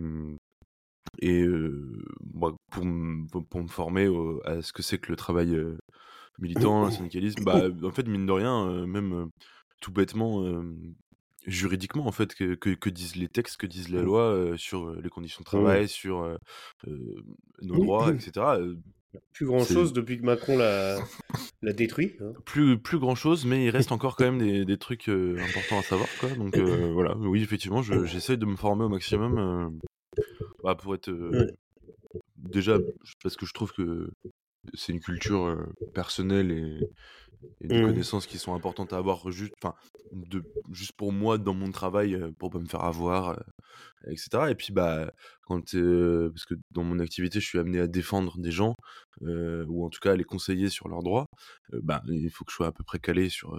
pour me former à ce que c'est que le travail militant, le syndicalisme, en fait, mine de rien, même tout bêtement, juridiquement, en fait, que disent les textes, que disent les lois sur les conditions de travail, sur nos droits, etc. Plus grand-chose depuis que Macron l'a détruit. Hein. Plus grand-chose, mais il reste encore quand même des trucs importants à savoir, quoi. Donc voilà, oui, effectivement, j'essaie de me former au maximum pour être... déjà, parce que je trouve que c'est une culture personnelle et des connaissances qui sont importantes à avoir juste pour moi dans mon travail, pour pas me faire avoir, etc. Et puis parce que dans mon activité je suis amené à défendre des gens ou en tout cas à les conseiller sur leurs droits, il faut que je sois à peu près calé sur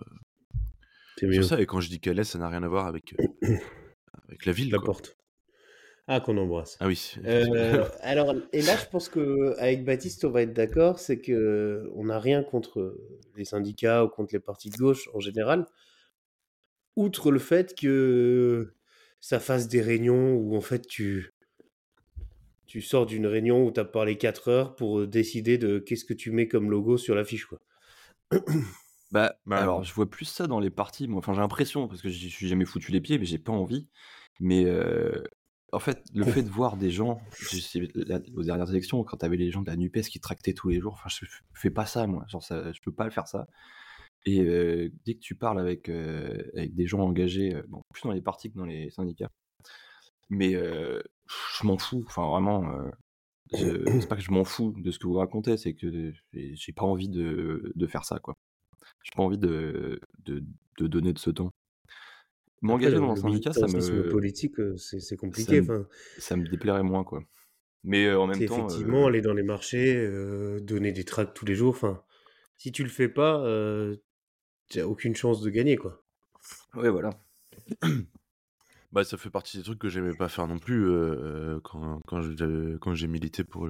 ça. Et quand je dis calé, ça n'a rien à voir avec la ville, la quoi. porte. Ah, qu'on embrasse. Ah oui. Alors, et là, je pense qu'avec Baptiste, on va être d'accord, c'est qu'on n'a rien contre les syndicats ou contre les partis de gauche en général, outre le fait que ça fasse des réunions où en fait tu sors d'une réunion où tu as parlé 4 heures pour décider de qu'est-ce que tu mets comme logo sur l'affiche, quoi. Alors, je vois plus ça dans les partis, moi. Enfin, j'ai l'impression, parce que je suis jamais foutu les pieds, mais j'ai pas envie. Mais en fait, le fait de voir des gens, aux dernières élections, quand t'avais les gens de la NUPES qui tractaient tous les jours, enfin, je fais pas ça, moi. Genre, je peux pas faire ça. Et dès que tu parles avec des gens engagés, plus dans les partis que dans les syndicats, mais je m'en fous. Enfin, vraiment, c'est pas que je m'en fous de ce que vous racontez, c'est que j'ai pas envie de faire ça, quoi. J'ai pas envie de donner de ce temps. M'engager dans un syndicat, ça me politique, c'est compliqué. Ça me déplairait moins, quoi. Mais en même temps, effectivement, aller dans les marchés, donner des tracts tous les jours. Enfin, si tu le fais pas, t'as aucune chance de gagner, quoi. Ouais, voilà. Ça fait partie des trucs que j'aimais pas faire non plus quand j'ai milité pour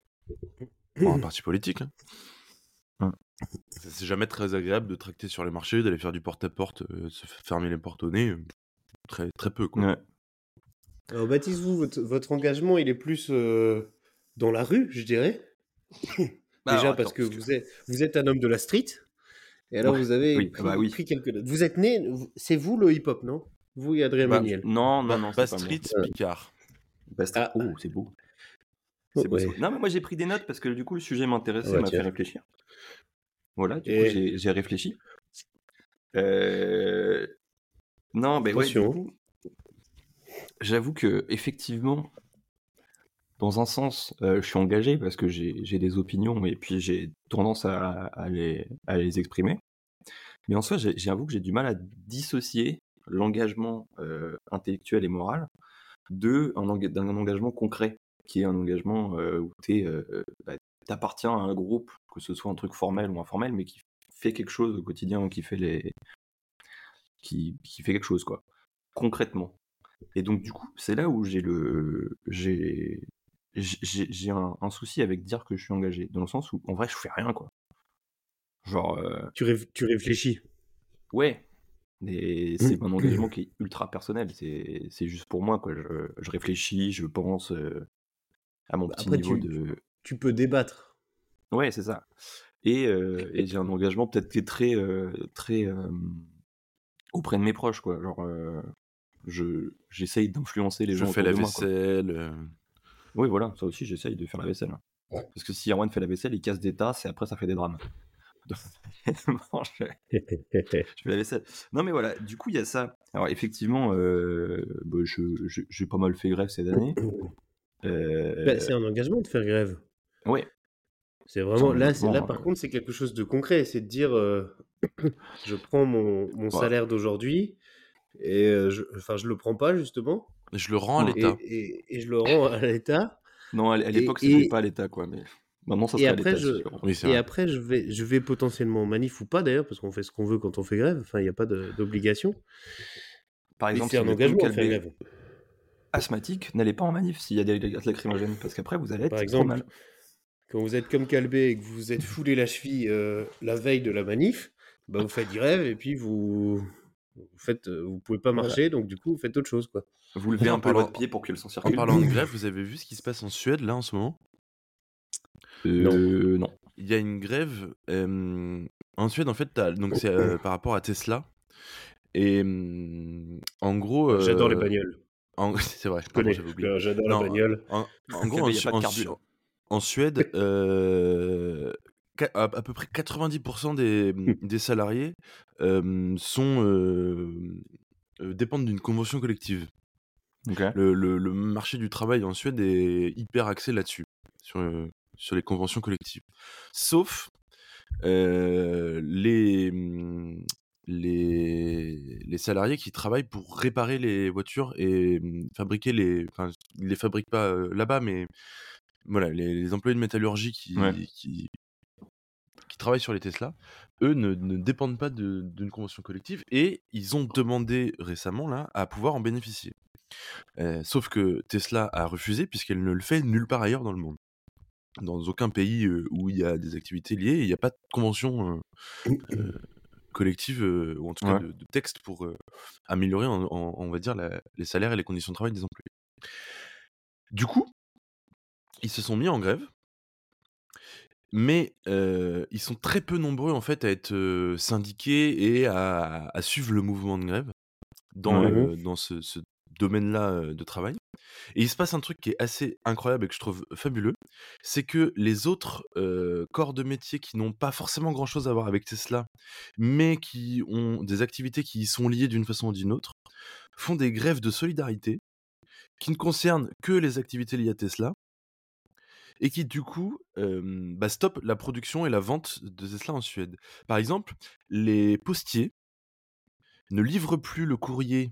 un parti politique. Hein. C'est jamais très agréable de tracter sur les marchés, d'aller faire du porte-à-porte, se fermer les portes au nez. Très, très peu, quoi. Ouais. Alors, Baptiste, vous, votre engagement, il est plus dans la rue, je dirais. Déjà, parce que vous êtes un homme de la street. Et alors, vous avez pris quelques notes. Vous êtes né... C'est vous, le hip-hop, non? Vous et Adrien Méniel. Non, c'est Street, Picard. Oh, c'est beau. C'est beau. Non, mais moi, j'ai pris des notes parce que du coup, le sujet m'intéressait, m'a fait réfléchir. Voilà, du coup, j'ai réfléchi. Non, mais ouais, du coup, j'avoue que effectivement, dans un sens, je suis engagé parce que j'ai des opinions et puis j'ai tendance à les exprimer. Mais en soi, j'avoue que j'ai du mal à dissocier l'engagement intellectuel et moral d'un engagement concret, qui est un engagement où t'appartiens à un groupe, que ce soit un truc formel ou informel, mais qui fait quelque chose au quotidien, qui fait quelque chose, quoi, concrètement. Et donc du coup, c'est là où j'ai un souci avec dire que je suis engagé, dans le sens où en vrai je fais rien, quoi. Genre tu réfléchis. Ouais, mais c'est un engagement qui est ultra personnel, c'est juste pour moi, quoi. Je réfléchis, je pense à mon petit niveau de... Tu peux débattre. Ouais, c'est ça. Et j'ai un engagement peut-être qui est très auprès de mes proches, quoi. Genre j'essaye d'influencer les gens. Je fais la vaisselle. Oui, voilà, ça aussi j'essaye de faire la vaisselle. Parce que si Erwan fait la vaisselle, il casse des tasses et après ça fait des drames. Je fais la vaisselle. Non mais voilà, du coup il y a ça. Alors effectivement, j'ai pas mal fait grève ces années. C'est un engagement de faire grève. Ouais. C'est vraiment là par contre c'est quelque chose de concret, c'est de dire je prends mon salaire d'aujourd'hui et je le prends pas justement. Je le rends à l'État. Et je le rends à l'État. Non, à l'époque c'était pas à l'État, quoi, mais Maintenant, ça Et serait après, l'État, je, c'est sûr. Oui, c'est et vrai. après je vais potentiellement en manif ou pas d'ailleurs, parce qu'on fait ce qu'on veut quand on fait grève. Enfin, il n'y a pas d'obligation. Par Mais exemple, c'est si un vous êtes comme engagement de faire Calbé, grève. asthmatique, n'allez pas en manif s'il y a des gaz lacrymogènes, parce qu'après, vous allez Par être trop exemple, mal. quand vous êtes comme Calbé et que vous vous êtes foulé la cheville la veille de la manif, bah vous faites grève et puis vous pouvez pas Voilà. marcher, donc du coup vous faites autre chose, quoi. Vous levez D'ailleurs, un peu votre pied pour que le sang en circule. parlant de grève, vous avez vu ce qui se passe en Suède là en ce moment? Non. Il y a une grève en Suède, en fait, donc c'est par rapport à Tesla. Et en gros, J'adore les bagnoles. c'est vrai, Je pardon, connais. j'avais oublié. J'adore la bagnole. En gros, Calbé, il n'y a pas de carbu, là. en Suède, à peu près 90% des salariés dépendent d'une convention collective. Ok. Le marché du travail en Suède est hyper axé là-dessus, sur les conventions collectives. Sauf les salariés qui travaillent pour réparer les voitures et fabriquer enfin, ils les fabriquent pas là-bas, mais voilà, les employés de métallurgie qui travaillent sur les Tesla, eux ne dépendent pas d'une convention collective et ils ont demandé récemment là à pouvoir en bénéficier. Sauf que Tesla a refusé puisqu'elle ne le fait nulle part ailleurs dans le monde. Dans aucun pays où il y a des activités liées, il n'y a pas de convention collective, ou en tout cas de texte pour améliorer, on va dire, les salaires et les conditions de travail des employés. Du coup, ils se sont mis en grève, mais ils sont très peu nombreux en fait à être syndiqués et à suivre le mouvement de grève dans ce domaine-là de travail. Et il se passe un truc qui est assez incroyable et que je trouve fabuleux, c'est que les autres corps de métier qui n'ont pas forcément grand-chose à voir avec Tesla, mais qui ont des activités qui y sont liées d'une façon ou d'une autre, font des grèves de solidarité qui ne concernent que les activités liées à Tesla et qui du coup stoppent la production et la vente de Tesla en Suède. Par exemple, les postiers ne livrent plus le courrier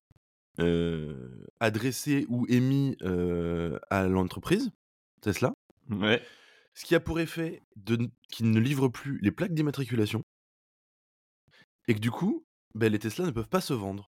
adressé ou émis à l'entreprise Tesla, ce qui a pour effet qu'ils ne livrent plus les plaques d'immatriculation et que du coup, les Tesla ne peuvent pas se vendre.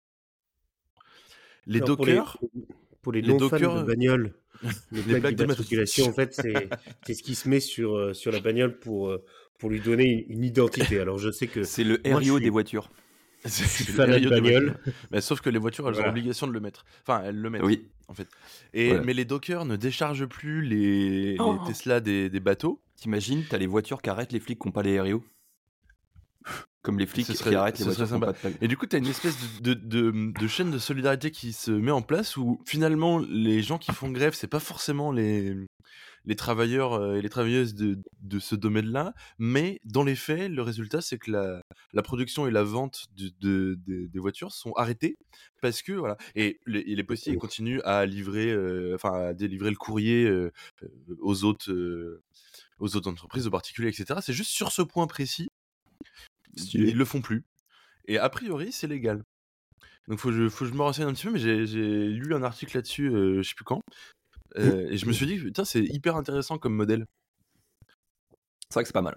Les Alors, Dockers, pour les non-fans de bagnoles, les plaques d'immatriculation, en fait, c'est ce qui se met sur la bagnole pour lui donner une identité. Alors je sais que c'est le RIO des voitures. Je suis fan de bagnole. Mais sauf que les voitures, elles ont l'obligation de le mettre. Enfin, elles le mettent, en fait. Mais les Dockers ne déchargent plus les Tesla des bateaux. T'imagines, t'as les voitures qui arrêtent les flics qui n'ont pas les RIO. Comme les flics qui arrêtent les voitures qui n'ont pas de plaque. Et du coup, t'as une espèce de chaîne de solidarité qui se met en place où finalement, les gens qui font grève, c'est pas forcément les travailleurs et les travailleuses de ce domaine-là, mais dans les faits, le résultat, c'est que la production et la vente des voitures sont arrêtées parce que voilà, et les postiers continuent à livrer, à délivrer le courrier aux autres entreprises, aux particuliers, etc. C'est juste sur ce point précis, ils le font plus. Et a priori, c'est légal. Donc faut que je me renseigne un petit peu, mais j'ai lu un article là-dessus, je sais plus quand. Et je me suis dit, putain, c'est hyper intéressant comme modèle. C'est vrai que c'est pas mal.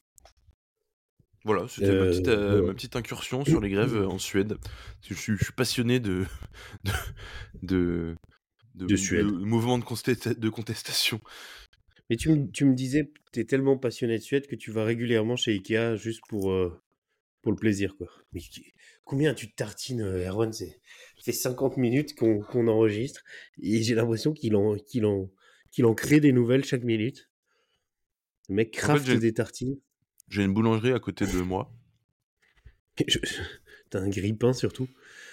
Voilà, c'était ma petite incursion sur les grèves en Suède. Je suis passionné de mouvements de contestation. Mais tu me disais, tu es tellement passionné de Suède que tu vas régulièrement chez Ikea juste pour le plaisir, quoi. Mais combien tu tartines, Erwan? Ça fait 50 minutes qu'on enregistre et j'ai l'impression qu'il en crée des nouvelles chaque minute. Le mec crafte des tartines. J'ai une boulangerie à côté de moi. T'as un grille-pain surtout.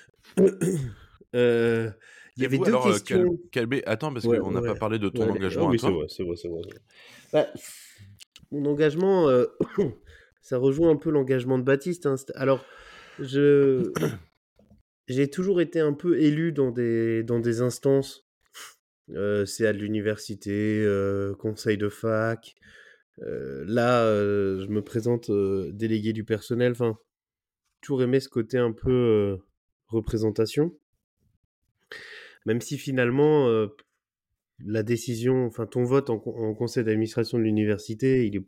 Il y avait deux questions. Calbé, attends, parce qu'on n'a pas parlé de ton engagement à toi. C'est vrai. Mon engagement, ça rejoint un peu l'engagement de Baptiste. Hein. Alors, j'ai toujours été un peu élu dans des instances. CA de l'université, conseil de fac. Là, je me présente délégué du personnel. Enfin, toujours aimé ce côté un peu représentation. Même si finalement, la décision, enfin ton vote en conseil d'administration de l'université, il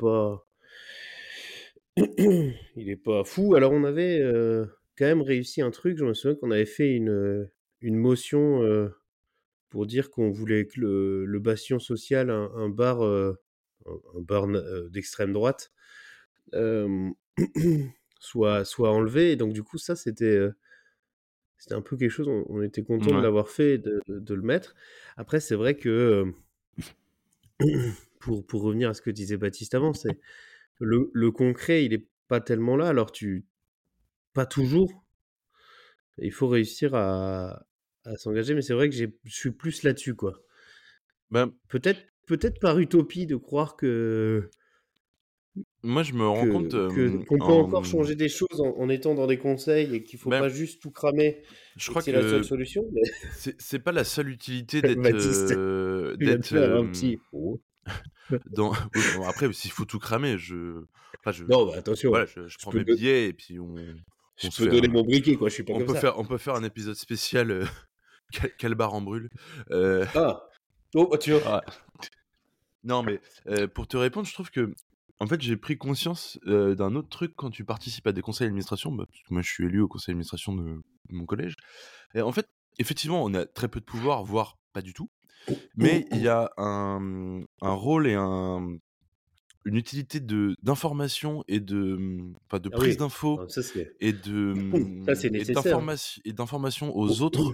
est pas fou. Alors on avait quand même réussi un truc. Je me souviens qu'on avait fait une motion pour dire qu'on voulait que le bastion social, un bar, d'extrême droite, soit enlevé. Et donc du coup ça c'était un peu quelque chose. On était content de l'avoir fait, de le mettre. Après c'est vrai que pour revenir à ce que disait Baptiste avant, c'est le concret, il est pas tellement là. Alors pas toujours. Il faut réussir à s'engager, mais c'est vrai que je suis plus là-dessus, quoi. Ben, peut-être par utopie de croire que moi, je me rends compte qu'on peut encore changer des choses en étant dans des conseils et qu'il faut pas juste tout cramer. Je crois que c'est la seule solution. Mais... c'est pas la seule utilité d'être un petit. Bon, après, s'il faut tout cramer, non, bah, attention. Voilà, je prends mes billets et puis je peux donner mon briquet, quoi. Je suis pas comme ça. On peut faire un épisode spécial Calbar en brûle. Ah. Oh, tu vois. Non, mais pour te répondre, je trouve que en fait, j'ai pris conscience d'un autre truc quand tu participes à des conseils d'administration. Parce que moi, je suis élu au conseil d'administration de mon collège. Et en fait, effectivement, on a très peu de pouvoir, voire pas du tout. Mais il y a un rôle et une utilité d'information et de prise d'infos et d'information aux autres,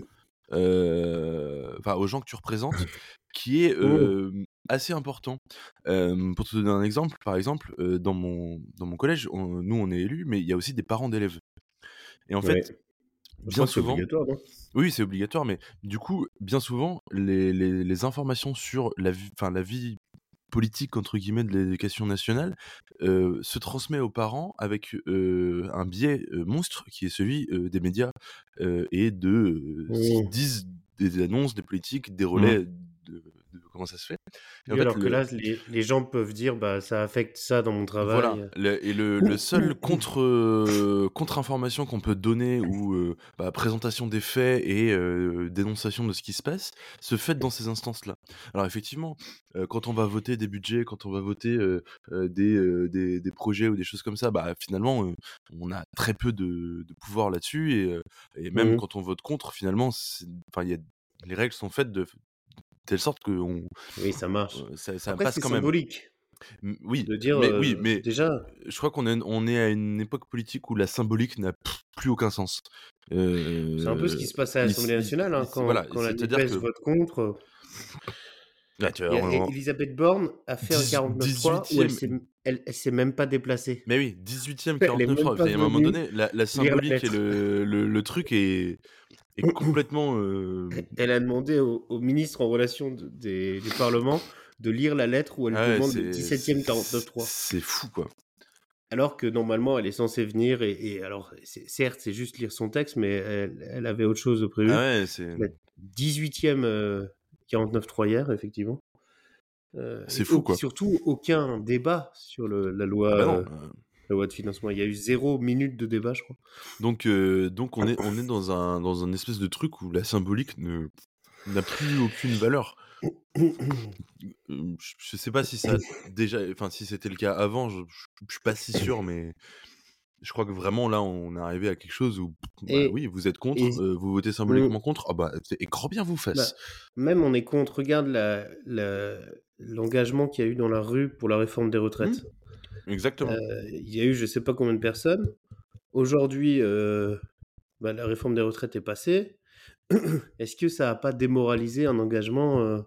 aux gens que tu représentes, qui est assez important. Pour te donner un exemple, par exemple, dans mon collège, nous on est élus, mais il y a aussi des parents d'élèves. Et en fait, bien souvent, c'est obligatoire, non ? Oui, c'est obligatoire, mais du coup, bien souvent, les informations sur la vie politique entre guillemets de l'éducation nationale se transmet aux parents avec un biais monstre qui est celui des médias et qui disent des annonces, des politiques, des relais de comment ça se fait. Et en fait, alors que là, les gens peuvent dire bah ça affecte ça dans mon travail. Voilà. Et le seul contre-information qu'on peut donner ou présentation des faits et dénonciation de ce qui se passe se fait dans ces instances-là. Alors effectivement, quand on va voter des budgets, quand on va voter des projets ou des choses comme ça, finalement, on a très peu de pouvoir là-dessus et même quand on vote contre, finalement, les règles sont faites de telle sorte que oui, ça marche. Ça après, passe quand même. Symbolique. Oui, de dire, mais déjà, je crois qu'on est à une époque politique où la symbolique n'a plus aucun sens. C'est un peu ce qui se passe à l'Assemblée nationale, quand la NUPES vote contre. Là, Elisabeth Borne a fait un 49.3 où elle s'est même pas déplacée. Mais oui, 18e 49.3. Il y a un moment donné, la symbolique et le truc est complètement... Elle a demandé au ministre en relation des parlements de lire la lettre où elle demande le 17e 49.3. C'est fou, quoi. Alors que normalement, elle est censée venir et alors, certes, c'est juste lire son texte, mais elle avait autre chose de prévu. Ah ouais, c'est... La 18e 49.3 hier, effectivement. C'est fou, quoi. Surtout, aucun débat sur la loi... La loi de financement, il y a eu 0 minute de débat, je crois. Donc on est dans un espèce de truc où la symbolique n'a plus aucune valeur. Je sais pas si ça si c'était le cas avant, je suis pas si sûr, mais je crois que vraiment là on est arrivé à quelque chose où oui, vous êtes contre, vous votez symboliquement contre, et grand bien vous fasse. Même on est contre, regarde l'engagement qu'il y a eu dans la rue pour la réforme des retraites. Exactement. Il y a eu je sais pas combien de personnes. Aujourd'hui, la réforme des retraites est passée. Est-ce que ça n'a pas démoralisé un engagement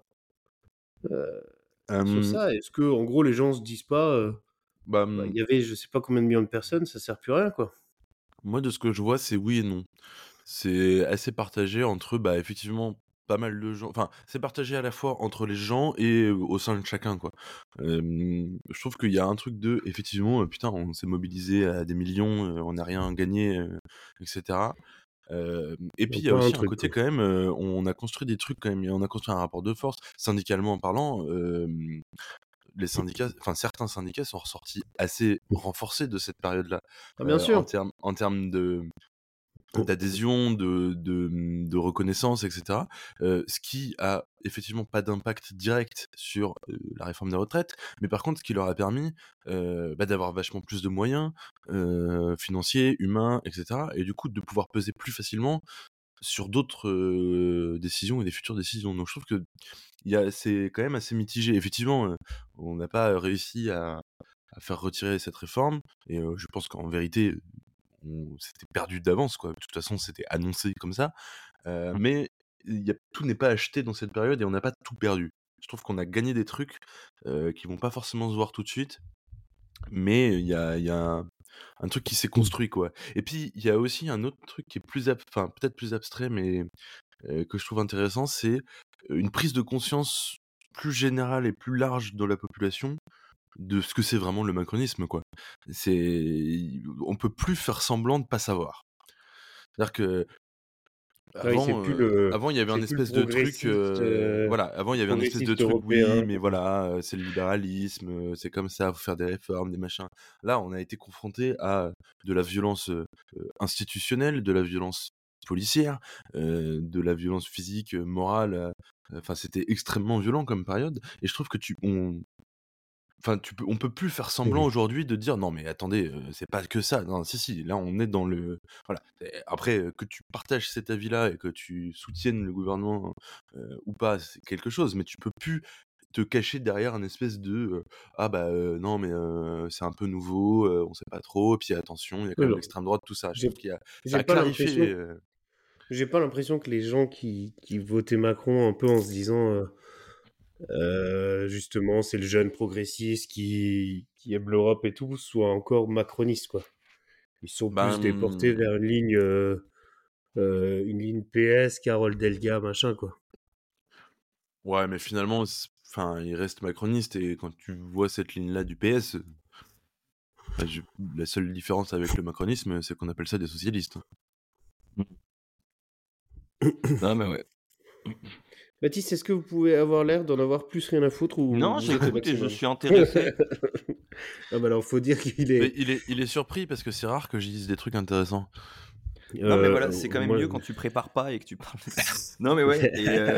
sur ça ? Est-ce que en gros les gens se disent pas il y avait je sais pas combien de millions de personnes, ça sert plus à rien, quoi. Moi de ce que je vois, c'est oui et non. C'est assez partagé entre effectivement pas mal de gens, c'est partagé à la fois entre les gens et au sein de chacun, quoi. Je trouve qu'il y a un truc de effectivement putain, on s'est mobilisé à des millions, on n'a rien gagné, etc. Et puis il y a aussi un côté quand même, on a construit des trucs quand même, on a construit un rapport de force syndicalement en parlant. Les syndicats, certains syndicats sont ressortis assez renforcés de cette période-là. Bien sûr. En termes de d'adhésion, de reconnaissance, etc. Ce qui a effectivement pas d'impact direct sur la réforme des retraites, mais par contre, ce qui leur a permis d'avoir vachement plus de moyens financiers, humains, etc. Et du coup, de pouvoir peser plus facilement sur d'autres décisions et des futures décisions. Donc je trouve que c'est quand même assez mitigé. Effectivement, on n'a pas réussi à faire retirer cette réforme, et je pense qu'en vérité, c'était perdu d'avance, quoi. De toute façon, c'était annoncé comme ça. Mais tout n'est pas acheté dans cette période et on n'a pas tout perdu. Je trouve qu'on a gagné des trucs qui vont pas forcément se voir tout de suite, mais il y a un truc qui s'est construit, quoi. Et puis, il y a aussi un autre truc qui est peut-être plus abstrait, mais que je trouve intéressant, c'est une prise de conscience plus générale et plus large dans la population de ce que c'est vraiment le macronisme, quoi. On peut plus faire semblant de pas savoir. C'est-à-dire que avant, il y avait un espèce de truc, voilà. Avant, il y avait un espèce de truc, oui, mais voilà, c'est le libéralisme, c'est comme ça, faut faire des réformes, des machins. Là, on a été confronté à de la violence institutionnelle, de la violence policière, de la violence physique, morale. Enfin, c'était extrêmement violent comme période, et je trouve que on peut plus faire semblant aujourd'hui de dire non mais attendez, c'est pas que ça. Non, si, là on est dans le voilà. Après, que tu partages cet avis-là et que tu soutiennes le gouvernement ou pas, c'est quelque chose, mais tu peux plus te cacher derrière un espèce de non mais c'est un peu nouveau, on sait pas trop, et puis attention, il y a quand même l'extrême droite, tout ça. Je trouve qu'il y a ça a clarifié. J'ai pas l'impression que les gens qui votaient Macron un peu en se disant justement c'est le jeune progressiste qui aime l'Europe et tout, soit encore macronistes, quoi. Ils sont plus déportés vers une ligne PS, Carole Delga, machin, quoi. Ouais, mais finalement, il reste macroniste, et quand tu vois cette ligne-là du PS, la seule différence avec le macronisme, c'est qu'on appelle ça des socialistes. Non, mais ouais. Baptiste, est-ce que vous pouvez avoir l'air d'en avoir plus rien à foutre ou non, j'écoute et je suis intéressé. Ah bah alors, faut dire qu'il est... Il est surpris parce que c'est rare que je dise des trucs intéressants. Non, mais voilà, c'est quand même mieux quand tu prépares pas et que tu parles. Non, mais ouais.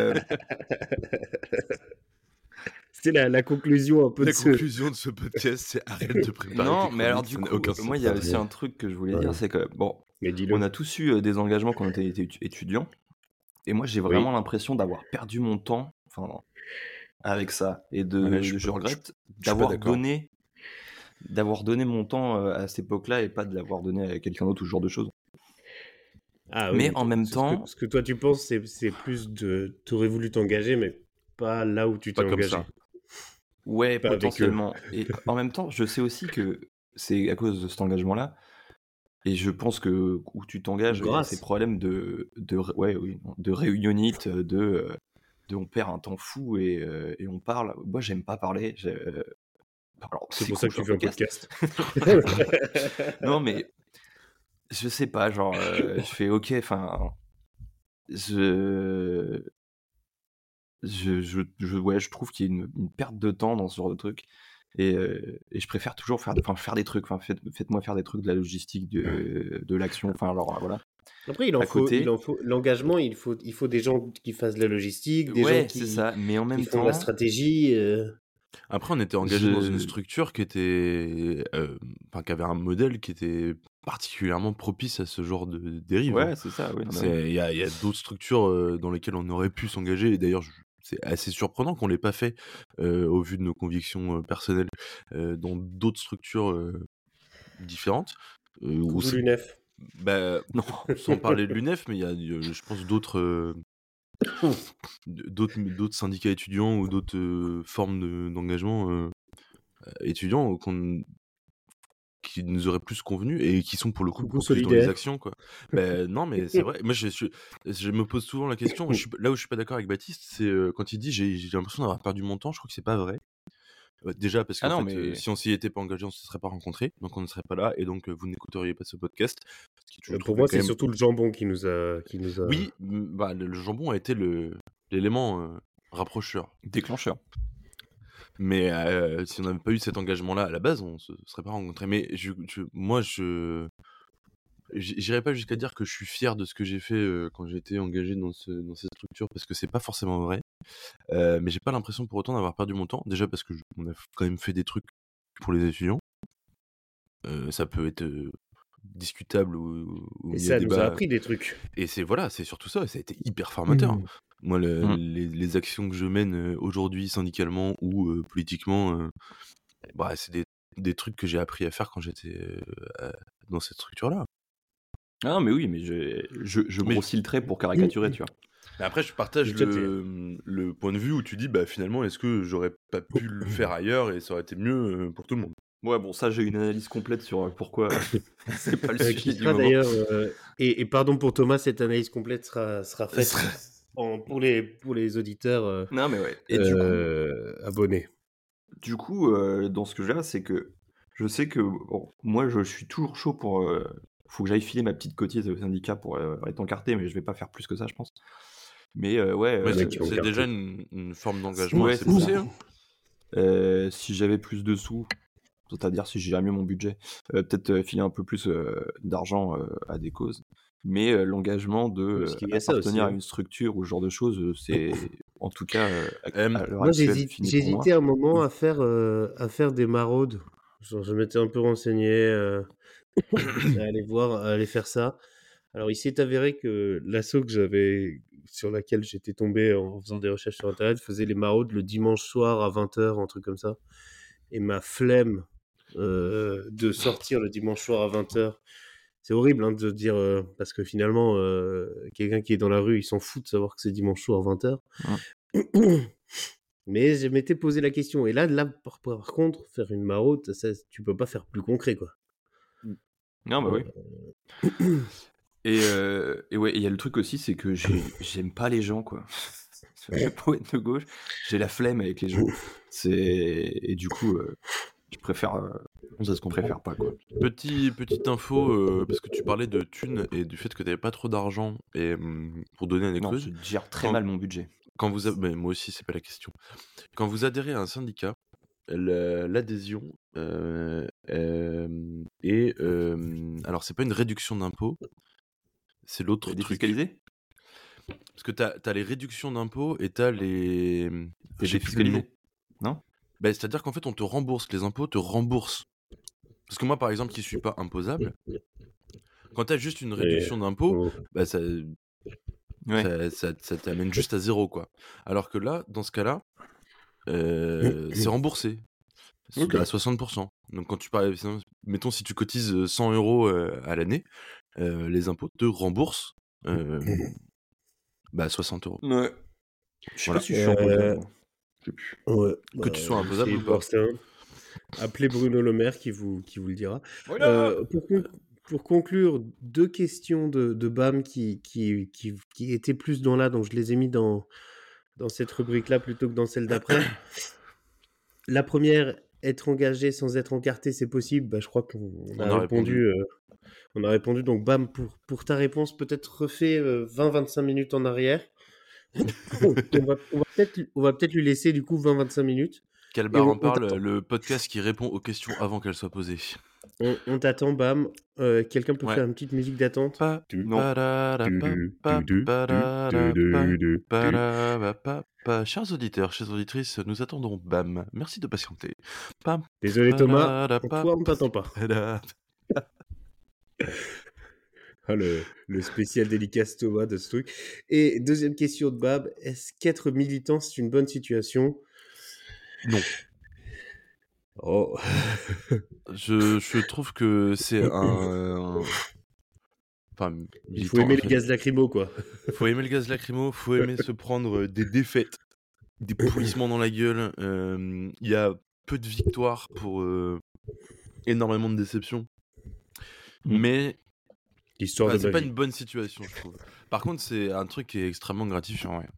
C'était la conclusion un peu de conclusion de ce podcast, c'est arrête de préparer. Non, mais alors du coup, moi, il y a aussi un truc que je voulais dire, c'est que, on a tous eu des engagements quand on était étudiants. Et moi, j'ai vraiment l'impression d'avoir perdu mon temps avec ça. Et je regrette d'avoir donné mon temps à cette époque-là et pas de l'avoir donné à quelqu'un d'autre ou ce genre de choses. Ah, mais en même temps... Ce que toi, tu penses, c'est plus de... T'aurais voulu t'engager, mais pas là où tu t'es engagé. Ouais, pas potentiellement. Et en même temps, je sais aussi que c'est à cause de cet engagement-là. Et je pense que où tu t'engages, il y a ces problèmes de réunionnite, de on perd un temps fou et on parle. Moi, j'aime pas parler. Alors, c'est pour ça que tu fais un podcast. Non, mais je sais pas, genre, je fais ok, enfin, je trouve qu'il y a une perte de temps dans ce genre de truc. Et je préfère toujours faire des trucs. Faites-moi faire des trucs, de la logistique, de l'action. Enfin, alors voilà. Après, il en faut l'engagement. Il faut des gens qui fassent de la logistique, des gens qui, ça. Mais en même font temps, la stratégie. Après, on était engagé dans une structure qui était, qui avait un modèle qui était particulièrement propice à ce genre de dérive. Ouais, c'est ça. Oui, il y a d'autres structures dans lesquelles on aurait pu s'engager. Et d'ailleurs, c'est assez surprenant qu'on l'ait pas fait au vu de nos convictions personnelles dans d'autres structures différentes. l'UNEF. Non, sans parler de l'UNEF, mais il y a, je pense, d'autres syndicats étudiants ou d'autres formes d'engagement étudiants qui nous auraient plus convenu et qui sont pour le coup beaucoup plus dans les actions, quoi. Non, mais c'est vrai. Moi, je me pose souvent la question. Là où je suis pas d'accord avec Baptiste, c'est quand il dit j'ai l'impression d'avoir perdu mon temps. Je crois que c'est pas vrai. Déjà parce que si on s'y était pas engagé, on se serait pas rencontrés, donc on ne serait pas là, et donc vous n'écouteriez pas ce podcast. Pour moi, c'est surtout le jambon qui nous a. Oui, le jambon a été l'élément rapprocheur, déclencheur. Mais si on n'avait pas eu cet engagement-là à la base, on se serait pas rencontrés. Mais moi, j'irai pas jusqu'à dire que je suis fier de ce que j'ai fait quand j'ai été engagé dans cette structure, parce que c'est pas forcément vrai. Mais j'ai pas l'impression pour autant d'avoir perdu mon temps. Déjà parce que on a quand même fait des trucs pour les étudiants. Ça peut être discutable ou Et ça nous a appris des trucs. Et c'est surtout ça. Ça a été hyper formateur. Moi, les actions que je mène aujourd'hui syndicalement ou politiquement, c'est des trucs que j'ai appris à faire quand j'étais dans cette structure-là. Ah mais oui, mais je grossis le trait pour caricaturer, tu vois. Mais après, je partage le point de vue où tu dis, finalement, est-ce que j'aurais pas pu le faire ailleurs et ça aurait été mieux pour tout le monde. Ouais, bon, ça, j'ai une analyse complète sur pourquoi c'est pas le sujet du moment. D'ailleurs, et pardon pour Thomas, cette analyse complète sera faite pour les auditeurs non, mais ouais. Et du coup, abonnés. Du coup, dans ce que j'ai là, c'est que je sais que moi, je suis toujours chaud pour... faut que j'aille filer ma petite cotise au syndicat pour être encarté, mais je vais pas faire plus que ça, je pense. Mais c'est déjà une forme d'engagement assez poussée. Si j'avais plus de sous, c'est-à-dire si j'ai mieux mon budget, peut-être filer un peu plus d'argent à des causes. Mais l'engagement de appartenir à une structure ou ce genre de choses, c'est en tout cas à l'heure actuelle fini pour moi. J'hésitais un moment à faire des maraudes. Genre, je m'étais un peu renseigné à aller faire ça. Alors il s'est avéré que l'asso sur laquelle j'étais tombé en faisant des recherches sur internet faisait les maraudes le dimanche soir à 20h, un truc comme ça. Et ma flemme de sortir le dimanche soir à 20h, c'est horrible de dire, parce que finalement, quelqu'un qui est dans la rue, il s'en fout de savoir que c'est dimanche soir à 20h. Mais je m'étais posé la question. Et là par contre, faire une maraude, ça, tu peux pas faire plus concret, quoi. Non, bah oui. Et ouais, il y a le truc aussi, c'est que j'aime pas les gens, quoi. Je peux être de gauche, j'ai la flemme avec les gens. Et du coup, je préfère... c'est ce qu'on préfère pas, quoi. Petite info, parce que tu parlais de thunes et du fait que t'avais pas trop d'argent, et pour donner un exemple... Non, je gère très mal mon budget. Mais moi aussi, c'est pas la question. Quand vous adhérez à un syndicat, l'adhésion est... alors, c'est pas une réduction d'impôt, c'est l'autre truc. Défiscalisé ? Parce que t'as les réductions d'impôts et t'as les défiscalisés. Non ? C'est-à-dire qu'en fait, on te rembourse, les impôts te remboursent. Parce que moi, par exemple, qui suis pas imposable, quand t'as juste une réduction d'impôts, ça t'amène juste à 0, quoi. Alors que là, dans ce cas-là, c'est remboursé. À 60%. Donc quand tu parles, mettons si tu cotises 100 € à l'année, les impôts te remboursent 60 €. Ouais. Je sais pas si je suis imposable. Que tu sois imposable ou pas. Appelez Bruno Le Maire qui vous le dira. Pour conclure, 2 questions de BAM qui étaient plus dans là, donc je les ai mis dans cette rubrique-là plutôt que dans celle d'après. La première, être engagé sans être encarté, c'est possible. Je crois qu'on a répondu. On a répondu, donc BAM, pour ta réponse, peut-être refait 20-25 minutes en arrière. on va peut-être lui laisser du coup 20-25 minutes. Calbar en parle, le podcast qui répond aux questions avant qu'elles soient posées. On t'attend, BAM. Quelqu'un peut faire une petite musique d'attente? Chers auditeurs, chères auditrices, nous attendons BAM. Merci de patienter. Désolé Thomas, toi on t'attend pas. Le spécial délicace Thomas de ce truc. Et deuxième question de Bab, est-ce qu'être militant c'est une bonne situation? Non. Oh. je trouve que c'est il faut aimer le gaz lacrymo, quoi. Faut aimer le gaz lacrymo, faut aimer se prendre des défaites, des pourrissements dans la gueule. Il y a peu de victoires pour énormément de déceptions. Mais c'est pas une bonne situation, je trouve. Par contre, c'est un truc qui est extrêmement gratifiant. Ouais.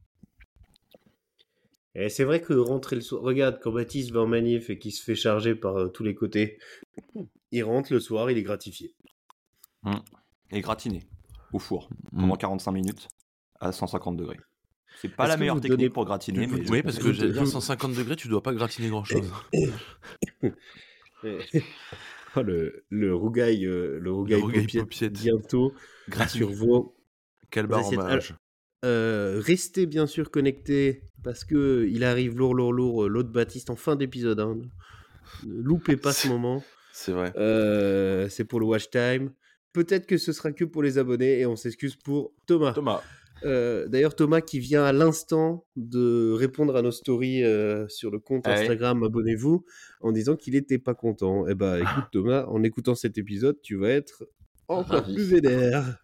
Et c'est vrai que rentrer le soir... Regarde, quand Baptiste va en manif et qu'il se fait charger par tous les côtés, il rentre le soir, il est gratifié. Et gratiné au four pendant 45 minutes à 150 degrés. C'est pas la meilleure technique pour gratiner. Mais oui, parce que j'allais dire 150 degrés, tu dois pas gratiner grand-chose. Oh, le rougail Popiette bientôt sur vos Calbar assiettes. hommage. Restez bien sûr connectés parce que il arrive lourd l'autre Baptiste en fin d'épisode. Hein. Ne loupez pas ce moment. C'est vrai. C'est pour le watch time. Peut-être que ce sera que pour les abonnés et on s'excuse pour Thomas. D'ailleurs, Thomas qui vient à l'instant de répondre à nos stories sur le compte Instagram, abonnez-vous, en disant qu'il n'était pas content. Eh ben, écoute Thomas, en écoutant cet épisode, tu vas être encore plus vénère.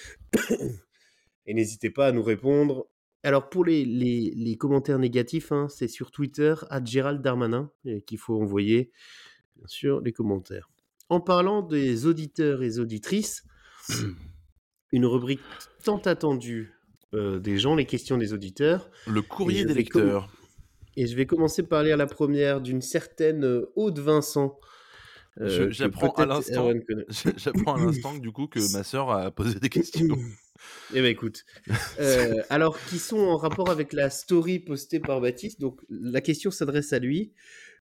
Et n'hésitez pas à nous répondre. Alors, pour les commentaires négatifs, hein, c'est sur Twitter, @Gérald Darmanin, qu'il faut envoyer, bien sûr, les commentaires. En parlant des auditeurs et auditrices, une rubrique tant attendue des gens, les questions des auditeurs. Le courrier des lecteurs. Et je vais commencer par lire la première d'une certaine Aude Vincent. J'apprends à l'instant que du coup que ma sœur a posé des questions. Eh ben écoute, alors qui sont en rapport avec la story postée par Baptiste. Donc la question s'adresse à lui,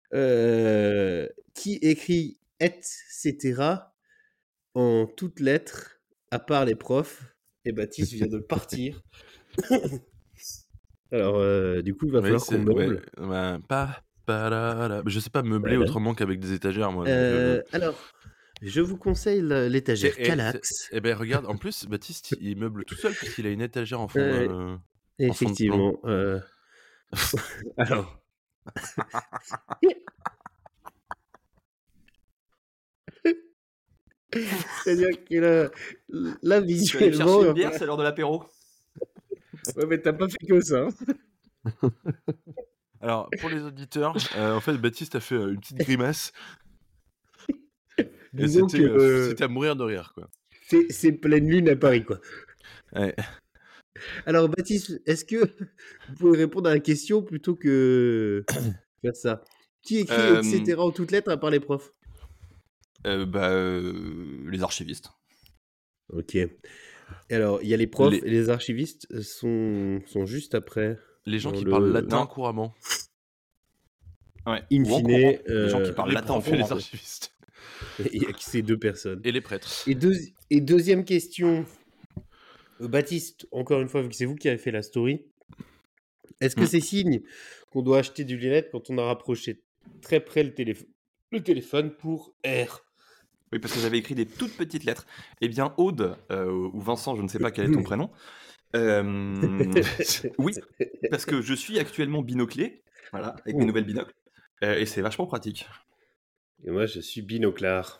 qui écrit etc. en toutes lettres, à part les profs. Et Baptiste vient de partir. Alors du coup il va falloir qu'on meuble. Je sais pas meubler autrement qu'avec des étagères, moi. Alors, je vous conseille l'étagère Calax. Eh ben regarde, en plus, Baptiste, il meuble tout seul puisqu'il a une étagère en fond. Effectivement. Alors. C'est-à-dire que là visuellement. Tu vas aller chercher une bière, c'est l'heure de l'apéro. Ouais, mais t'as pas fait que ça. Hein. Alors, pour les auditeurs, en fait, Baptiste a fait une petite grimace. Et c'était à mourir de rire, quoi. C'est pleine lune à Paris, quoi. Ouais. Alors, Baptiste, est-ce que vous pouvez répondre à la question plutôt que faire ça? Qui écrit etc. en toutes lettres à part les profs? Les archivistes. Ok. Alors, il y a les profs et les archivistes sont juste après. Les gens qui parlent latin couramment. Ouais. In fine, les gens qui parlent latin couramment. Les archivistes. Il y a que ces deux personnes. Et les prêtres. Et deuxième question, Baptiste, encore une fois, vu que c'est vous qui avez fait la story, est-ce que c'est signe qu'on doit acheter du lunette quand on a rapproché très près le téléphone pour R? Oui, parce que j'avais écrit des toutes petites lettres. Eh bien, Aude, ou Vincent, je ne sais pas quel est ton prénom. Oui, parce que je suis actuellement binoclé, voilà, avec mes nouvelles binocles, et c'est vachement pratique. Et moi, je suis binoclard.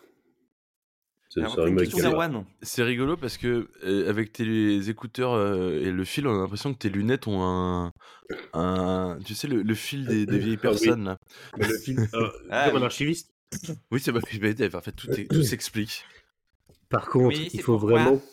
C'est rigolo parce que avec tes écouteurs et le fil, on a l'impression que tes lunettes ont tu sais, le fil des vieilles personnes là. Mais le fil, comme un archiviste. Oui, c'est pas que en fait tout s'explique. Par contre, il faut vraiment.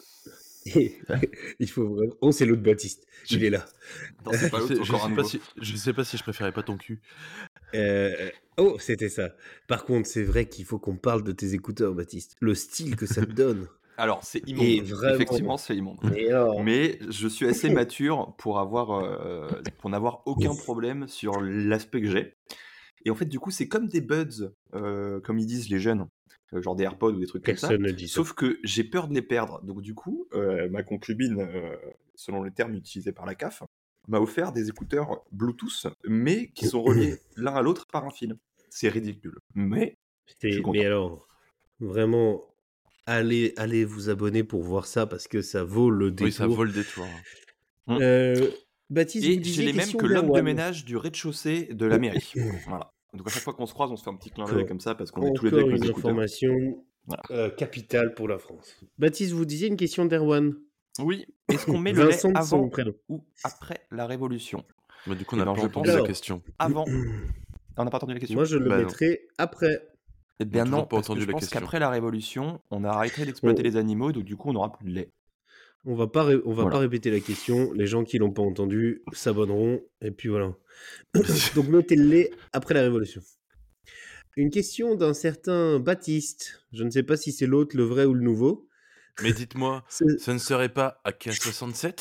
Oh, c'est l'autre Baptiste. Il est là. Non, c'est pas l'autre, je sais pas si je préférais pas ton cul. Oh, c'était ça. Par contre, c'est vrai qu'il faut qu'on parle de tes écouteurs, Baptiste. Le style que ça te donne. Alors, c'est immonde. Effectivement, c'est immonde. Mais je suis assez mature pour n'avoir aucun problème sur l'aspect que j'ai. Et en fait, du coup, c'est comme des buds, comme ils disent les jeunes. Genre des AirPods ou des trucs comme ça. Sauf que j'ai peur de les perdre. Donc du coup, ma concubine, selon les termes utilisés par la CAF, m'a offert des écouteurs Bluetooth, mais qui sont reliés l'un à l'autre par un fil. C'est ridicule. Mais alors, vraiment, allez vous abonner pour voir ça, parce que ça vaut le détour. Oui, ça vaut le détour. Baptiste, et j'ai les mêmes que l'homme de ménage du rez-de-chaussée de la mairie. Voilà. Donc à chaque fois qu'on se croise, on se fait un petit clin d'œil comme ça, parce qu'on est tous les deux avec nos écouteurs. Une information capitale pour la France. Baptiste, vous disiez une question d'Erwan. Oui. Est-ce qu'on met le lait avant ou après la Révolution? Du coup, on n'a pas entendu la question. Avant. On n'a pas entendu la question. Moi, je le mettrais après. Eh bien non, parce que je pense qu'après la Révolution, on a arrêté d'exploiter les animaux, donc du coup, on n'aura plus de lait. On va pas répéter la question. Les gens qui l'ont pas entendu s'abonneront, et puis voilà. Donc mettez le lait après la Révolution. Une question d'un certain Baptiste. Je ne sais pas si c'est l'autre, le vrai ou le nouveau. Mais dites-moi, ça ne serait pas AK-67 ?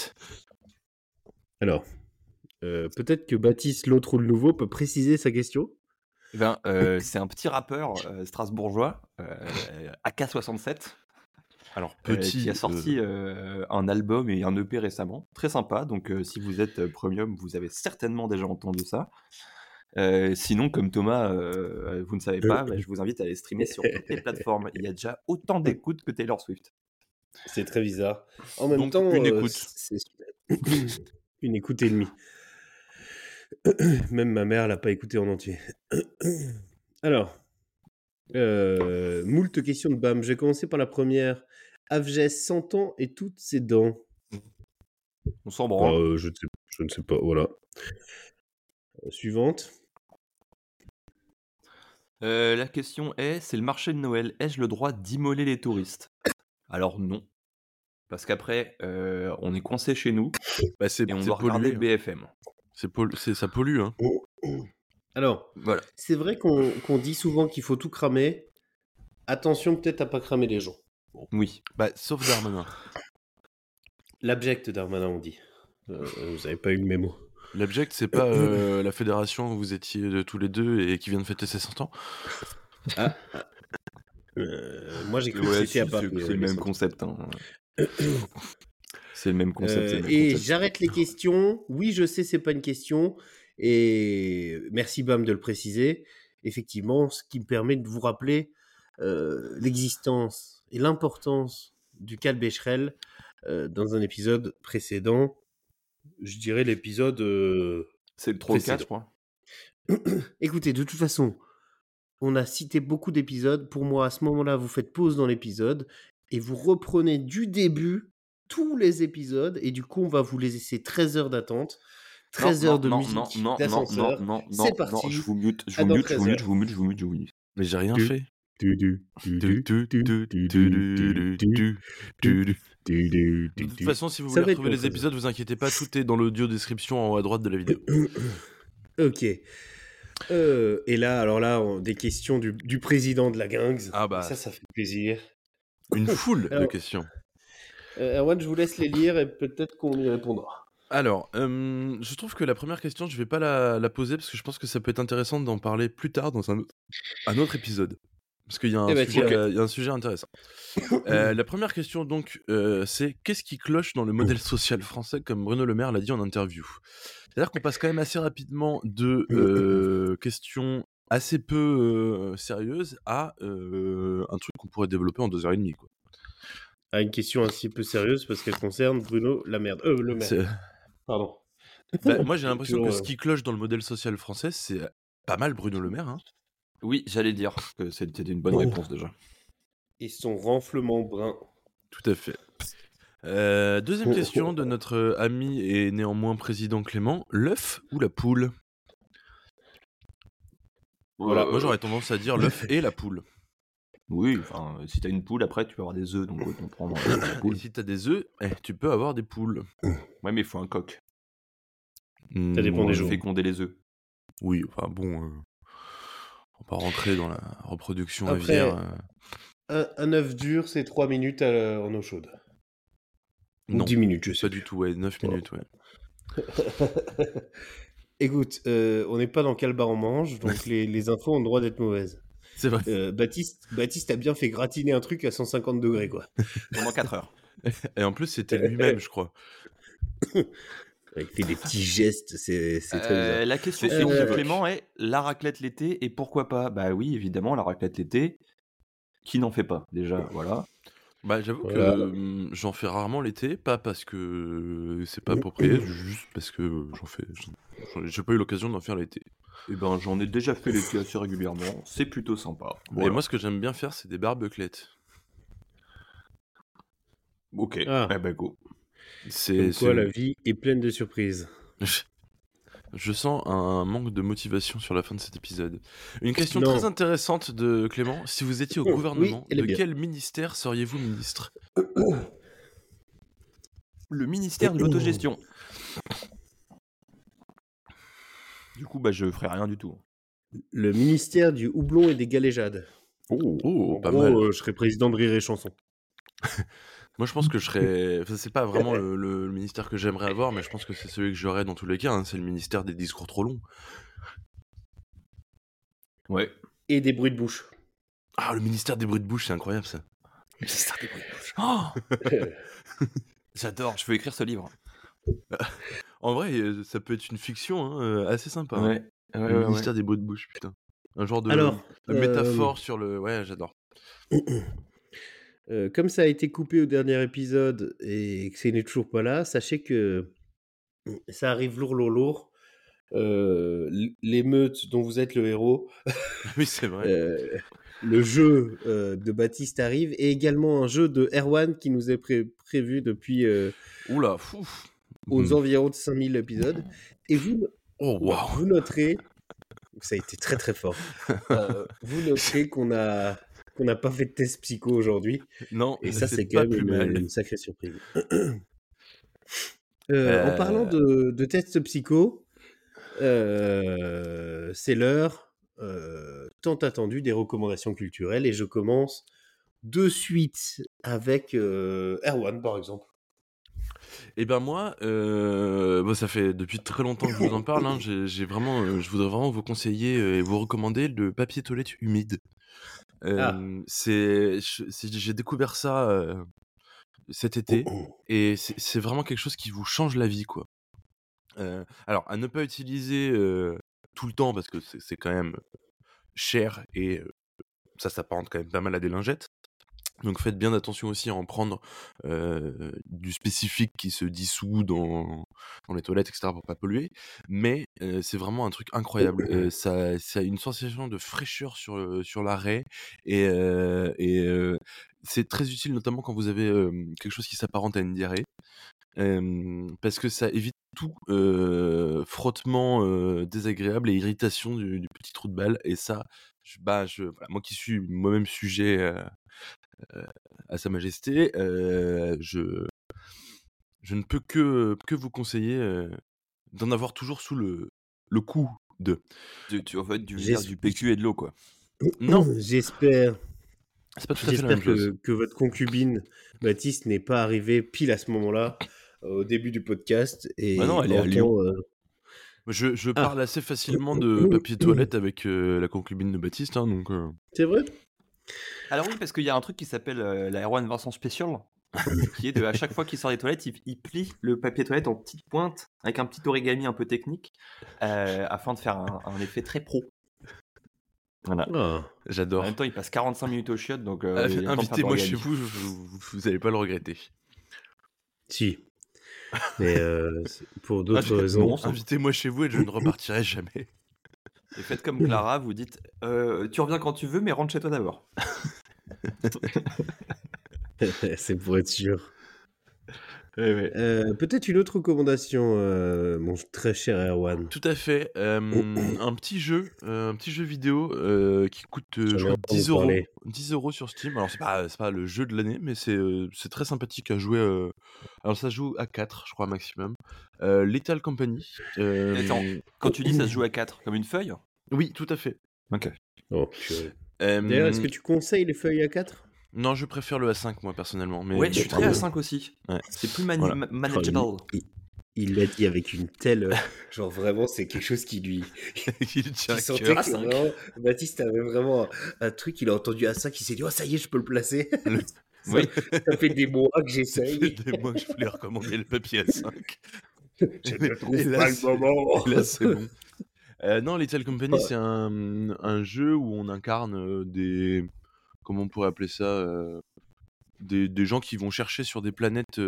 Alors, peut-être que Baptiste, l'autre ou le nouveau, peut préciser sa question. C'est un petit rappeur strasbourgeois, AK67. Alors, qui a sorti un album et un EP récemment, très sympa. Donc, si vous êtes premium, vous avez certainement déjà entendu ça. Sinon, comme Thomas, vous ne savez pas, je vous invite à aller streamer sur toutes les plateformes. Il y a déjà autant d'écoutes que Taylor Swift. C'est très bizarre. En même temps, une écoute. C'est une écoute et demie. Même ma mère l'a pas écouté en entier. Alors, moult questions de Bam. Je vais commencer par la première. Avges 100 ans et toutes ses dents. On s'en branle. Je ne sais pas, voilà. Suivante. La question est, c'est le marché de Noël. Ai-je le droit d'immoler les touristes? Alors non. Parce qu'après, on est coincé chez nous et on doit regarder BFM. Ça pollue, hein. Alors, voilà. C'est vrai qu'on dit souvent qu'il faut tout cramer. Attention peut-être à pas cramer les gens. Oui. Sauf Darmanin. L'abject Darmanin, on dit. Vous avez pas eu le mémo. L'abject, c'est pas la fédération où vous étiez tous les deux et qui vient de fêter ses 100 ans? Moi, j'ai cru que c'était à Paris. C'est le même concept. Hein. C'est le même concept. J'arrête les questions. Oui, je sais, c'est pas une question. Et merci Bam de le préciser. Effectivement, ce qui me permet de vous rappeler l'existence et l'importance du Calbecherel dans un épisode précédent. Je dirais l'épisode... c'est le 3-4, je crois. Écoutez, de toute façon, on a cité beaucoup d'épisodes. Pour moi, à ce moment-là, vous faites pause dans l'épisode et vous reprenez du début tous les épisodes. Et du coup, on va vous laisser 13 heures d'attente. 13 heures de musique d'ascenseur. C'est parti. Je vous mute. Mais j'ai rien fait. De toute façon, si vous voulez retrouver les épisodes, vous inquiétez pas, tout est dans l'audio description en haut à droite de la vidéo. Ok. Et là, alors là, des questions du président de la Guingues. Ça fait plaisir. Une foule de questions. Erwan, je vous laisse les lire et peut-être qu'on y répondra. Alors, je trouve que la première question, je vais pas la poser parce que je pense que ça peut être intéressant d'en parler plus tard dans un autre épisode. Parce qu'il y a un sujet intéressant. La première question, donc, c'est qu'est-ce qui cloche dans le modèle social français, comme Bruno Le Maire l'a dit en interview? C'est-à-dire qu'on passe quand même assez rapidement de questions assez peu sérieuses à un truc qu'on pourrait développer en 2h30, quoi. À une question assez peu sérieuse parce qu'elle concerne Bruno Le Maire. Pardon. Moi, j'ai l'impression que ce qui cloche dans le modèle social français, c'est pas mal Bruno Le Maire, hein. Oui, j'allais dire que c'était une bonne réponse déjà. Et son renflement brun. Tout à fait. Deuxième question de notre ami et néanmoins président Clément. L'œuf ou la poule? Voilà, moi j'aurais tendance à dire l'œuf et la poule. Oui, enfin, si t'as une poule, après tu peux avoir des œufs, donc autant prendre la poule. Et si t'as des œufs, tu peux avoir des poules. Ouais, mais il faut un coq. Ça dépend des jours. Féconder les œufs. Oui, enfin bon... On va pas rentrer dans la reproduction aviaire. Un œuf dur, c'est 3 minutes en eau chaude. Non, 10 minutes, je sais pas du tout, 9 minutes, ouais. Écoute, on n'est pas dans quel bar on mange, donc les infos ont le droit d'être mauvaises. C'est vrai. Baptiste a bien fait gratiner un truc à 150 degrés, quoi. Pendant 4 heures. Et en plus, c'était lui-même, je crois. Il fait des petits gestes, c'est très bizarre. La question de Clément est la raclette l'été et pourquoi pas? Bah oui, évidemment, la raclette l'été. Qui n'en fait pas déjà? Voilà. J'avoue que j'en fais rarement l'été, pas parce que c'est pas approprié, juste parce que j'ai pas eu l'occasion d'en faire l'été. Et ben j'en ai déjà fait l'été assez régulièrement, c'est plutôt sympa. Voilà. Et moi, ce que j'aime bien faire, c'est des barbeclettes. Ok, go. Comme quoi la vie est pleine de surprises. Je sens un manque de motivation sur la fin de cet épisode. Une question très intéressante de Clément. Si vous étiez au gouvernement, de quel ministère seriez-vous ministre? Le ministère de l'autogestion. Du coup, je ferai rien du tout. Le ministère du houblon et des galéjades. Pas mal. Je serais président de Rire et Chanson. Moi, je pense que je serais... Enfin, c'est pas vraiment le ministère que j'aimerais avoir, mais je pense que c'est celui que j'aurais dans tous les cas. Hein. C'est le ministère des discours trop longs. Ouais. Et des bruits de bouche. Ah, le ministère des bruits de bouche, c'est incroyable ça. Le ministère des bruits de bouche. Oh j'adore, je veux écrire ce livre. En vrai, ça peut être une fiction assez sympa. Ouais. Le ministère des bruits de bouche, putain. Un genre de métaphore sur le... Ouais, j'adore. Comme ça a été coupé au dernier épisode et que ce n'est toujours pas là, sachez que ça arrive lourd. L'émeute dont vous êtes le héros. Oui, c'est vrai. Le jeu de Baptiste arrive et également un jeu de Erwan qui nous est prévu depuis Oula, aux environs de 5000 épisodes. Et vous, vous noterez, ça a été très très fort, vous noterez qu'on n'a pas fait de test psycho aujourd'hui. Non, et ça c'est quand même une sacrée surprise. En parlant de test psycho, c'est l'heure tant attendue des recommandations culturelles et je commence de suite avec Erwan par exemple. Et ben moi, ça fait depuis très longtemps que je vous en parle. Hein, je voudrais vraiment vous conseiller et vous recommander le papier toilette humide. J'ai découvert ça cet été et c'est vraiment quelque chose qui vous change la vie, quoi. Alors, à ne pas utiliser tout le temps parce que c'est quand même cher et ça s'apparente quand même pas mal à des lingettes. Donc faites bien attention aussi à en prendre du spécifique qui se dissout dans les toilettes, etc. pour pas polluer. Mais c'est vraiment un truc incroyable. Ça a une sensation de fraîcheur sur l'arrêt et c'est très utile notamment quand vous avez quelque chose qui s'apparente à une diarrhée. Parce que ça évite tout frottement désagréable et irritation du petit trou de balle. Et ça, moi qui suis moi-même sujet à Sa Majesté, je ne peux que vous conseiller d'en avoir toujours sous le coup de. Tu vas du PQ et de l'eau, quoi. Non, j'espère. C'est pas tout à fait la même chose. Que votre concubine Baptiste n'est pas arrivée pile à ce moment-là au début du podcast et non, elle est à Lyon. Je parle assez facilement de papier toilette avec la concubine de Baptiste, hein, donc. C'est vrai. Alors oui, parce qu'il y a un truc qui s'appelle la Erwan Vincent Special, qui est à chaque fois qu'il sort des toilettes, il plie le papier toilette en petites pointes avec un petit origami un peu technique afin de faire un effet très pro. Voilà. Oh, j'adore. En même temps, il passe 45 minutes aux chiottes, donc invitez-moi chez vous, vous n'allez pas le regretter. Si. Mais pour d'autres raisons. Invitez-moi chez vous et je ne repartirai jamais. Et faites comme Clara, vous dites tu reviens quand tu veux, mais rentre chez toi d'abord. C'est pour être sûr. Ouais. Peut-être une autre recommandation, mon très cher Erwan. Tout à fait. Un petit jeu vidéo qui coûte je crois 10 € sur Steam. Alors c'est pas le jeu de l'année, mais c'est très sympathique à jouer. Alors ça se joue à 4, je crois maximum. Lethal Company. Attends, quand tu dis ça se joue à 4, comme une feuille ? Oui, tout à fait. Ok. Oh, d'ailleurs, est-ce que tu conseilles les feuilles à 4 ? Non, je préfère le A5 moi personnellement. Mais ouais, je suis très A5 aussi. Ouais. C'est plus manageable. Il l'a dit avec une telle... genre vraiment, c'est quelque chose qui lui... il tient à sentait cœur. Que vraiment, Baptiste avait vraiment un truc, il a entendu A5, il s'est dit « Oh, ça y est, je peux le placer !» Oui. Ça fait des mois que j'essaye. Ça fait des mois que je voulais recommander le papier A5. Je ne trouve pas le moment. Et là, c'est bon. Non, Lethal Company, c'est un jeu où on incarne des... Comment on pourrait appeler ça des gens qui vont chercher sur des planètes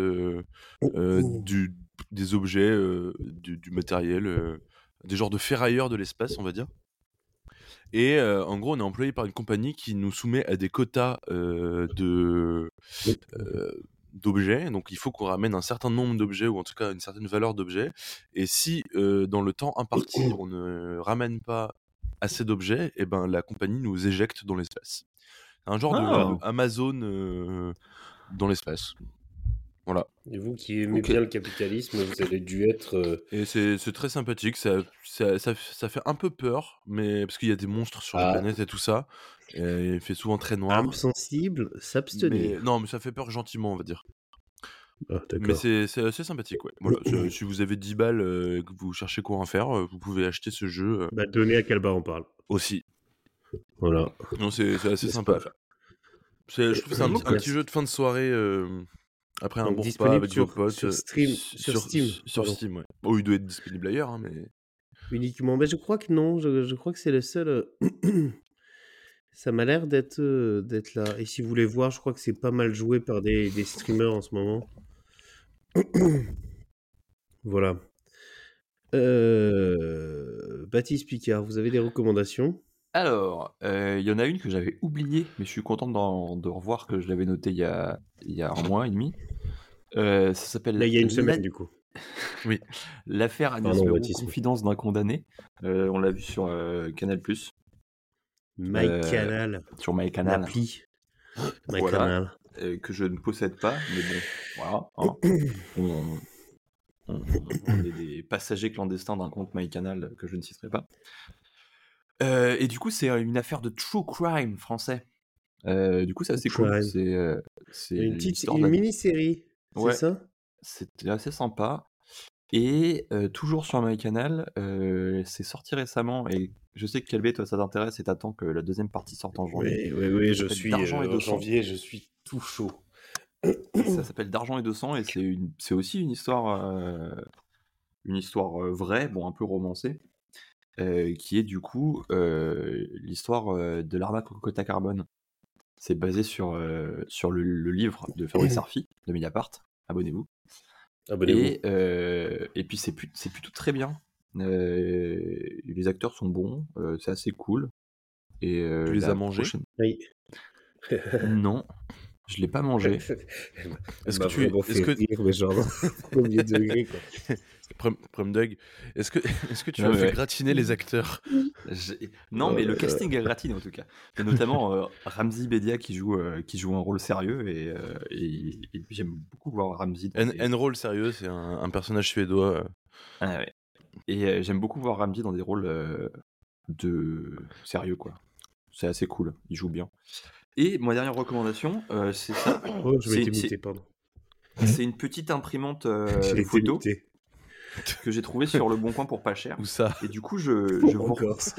des objets, du matériel, des genres de ferrailleurs de l'espace, on va dire. Et en gros, on est employé par une compagnie qui nous soumet à des quotas d'objets. Donc, il faut qu'on ramène un certain nombre d'objets, ou en tout cas une certaine valeur d'objets. Et si, dans le temps imparti, on ne ramène pas assez d'objets, et ben, la compagnie nous éjecte dans l'espace. Un genre de Amazon dans l'espace. Voilà. Et vous qui aimez bien le capitalisme, vous avez dû être... Et c'est très sympathique, ça fait un peu peur, mais parce qu'il y a des monstres sur la planète et tout ça, et il fait souvent très noir. Âme sensible, s'abstenir. Non, mais ça fait peur gentiment, on va dire. Ah, mais c'est assez sympathique, ouais. Voilà, si vous avez 10 balles et que vous cherchez quoi en faire, vous pouvez acheter ce jeu. Donnez à quel bar on parle. Aussi. Voilà. Non, c'est assez sympa à faire. Je trouve que c'est un petit jeu de fin de soirée après un bon repas avec vos potes. Sur Steam. Sur Steam, ouais. Oh, il doit être disponible ailleurs, hein, mais... Uniquement. Mais je crois que non, je crois que c'est le seul... Ça m'a l'air d'être là. Et si vous voulez voir, je crois que c'est pas mal joué par des streamers en ce moment. Voilà. Baptiste Picard, vous avez des recommandations? Alors, il y en a une que j'avais oubliée, mais je suis content de revoir que je l'avais notée il y a un mois et demi. Ça s'appelle... Là, il y a une semaine, du coup. Oui. L'affaire Agnès Verrou, confidence d'un condamné. On l'a vu sur Canal+. MyCanal. Sur MyCanal. L'appli. MyCanal. Voilà, que je ne possède pas, mais bon, voilà. Hein. On est des passagers clandestins d'un compte MyCanal que je ne citerai pas. Et du coup, c'est une affaire de true crime français. Du coup, c'est assez cool. C'est une mini-série, c'est ça? C'était assez sympa. Et toujours sur MyCanal, c'est sorti récemment. Et je sais que Calvé, toi, ça t'intéresse et t'attends que la deuxième partie sorte en janvier. Oui, je suis en janvier, je suis tout chaud. Ça s'appelle D'argent et de sang et c'est aussi une histoire vraie, bon, un peu romancée. Qui est du coup l'histoire de l'arnaque au quota carbone. C'est basé sur le livre de Fabrice Arfi de Mediapart. Abonnez-vous. Et puis c'est plutôt très bien. Les acteurs sont bons, c'est assez cool. Et tu les as mangés? Oui. Non, je l'ai pas mangé. Est-ce que mais genre premier degré quoi. Prom Dog, est-ce que tu as fait gratiner les acteurs? Non, mais le casting est gratiné en tout cas. Et notamment Ramzy Bedia qui joue un rôle sérieux et j'aime beaucoup voir Ramzy. Rôle sérieux, c'est un personnage suédois. Ah ouais. Et j'aime beaucoup voir Ramzy dans des rôles de sérieux quoi. C'est assez cool, il joue bien. Et ma dernière recommandation, c'est ça. Oh, je m'étais muté, pardon. C'est une petite imprimante de photos que j'ai trouvée sur le Bon Coin pour pas cher. Où ça? Et du coup, je vous...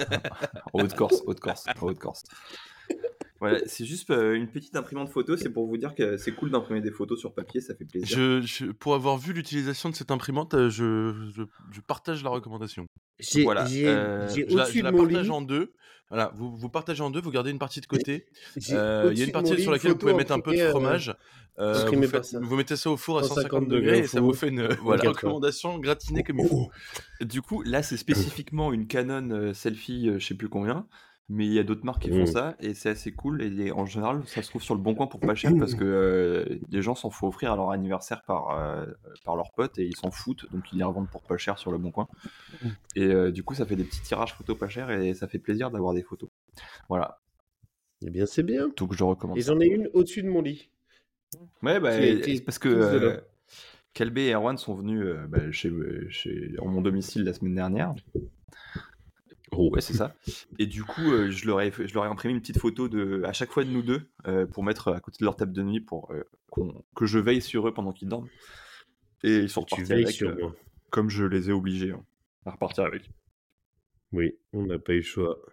Haute-Corse. Voilà, c'est juste une petite imprimante photo, c'est pour vous dire que c'est cool d'imprimer des photos sur papier, ça fait plaisir. Pour avoir vu l'utilisation de cette imprimante, je partage la recommandation. J'ai je la partage en deux. Voilà, vous partagez en deux, vous gardez une partie de côté. Il y a une partie sur laquelle vous pouvez mettre un peu de fromage. Vous mettez ça au four à 150 degrés et ça vous fait une recommandation gratinée comme il faut. Du coup, là, c'est spécifiquement une Canon selfie, je sais plus combien. Mais il y a d'autres marques qui font ça et c'est assez cool. Et en général, ça se trouve sur le Bon Coin pour pas cher parce que les gens s'en font offrir à leur anniversaire par leurs potes et ils s'en foutent. Donc ils les revendent pour pas cher sur le Bon Coin. Et du coup, ça fait des petits tirages photos pas chers et ça fait plaisir d'avoir des photos. Voilà. Eh bien, c'est bien. Donc je recommande. Et j'en ai une au-dessus de mon lit. Ouais, c'est parce que Calbé et Erwan sont venus en mon domicile la semaine dernière. Oh. Ouais, c'est ça. Et du coup, je leur ai imprimé une petite photo à chaque fois de nous deux pour mettre à côté de leur table de nuit pour que je veille sur eux pendant qu'ils dorment. Et ils sont repartis avec, comme je les ai obligés à repartir avec. Oui, on n'a pas eu le choix.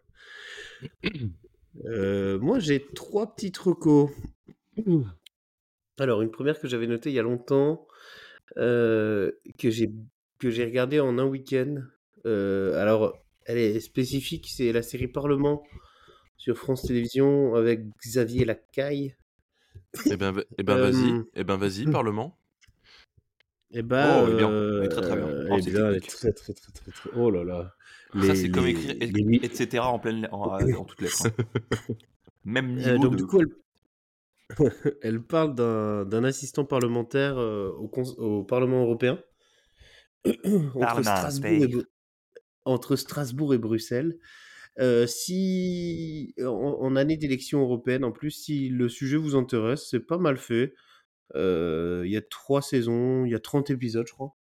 Moi, j'ai 3 petites recos. Alors, une première que j'avais notée il y a longtemps, que j'ai regardée en un week-end. Alors, elle est spécifique, c'est la série Parlement sur France Télévisions avec Xavier Lacaille. Eh ben vas-y, Parlement. Eh ben, elle est très très bien. Elle est très très très très très. Oh là là. Ça c'est comme écrire etc. en toutes lettres. Même niveau donc du coup, elle parle d'un assistant parlementaire au Parlement européen entre Strasbourg et Bruxelles. Si en année d'élection européenne, en plus, si le sujet vous intéresse, c'est pas mal fait. Il y a 3 saisons, il y a 30 épisodes, je crois.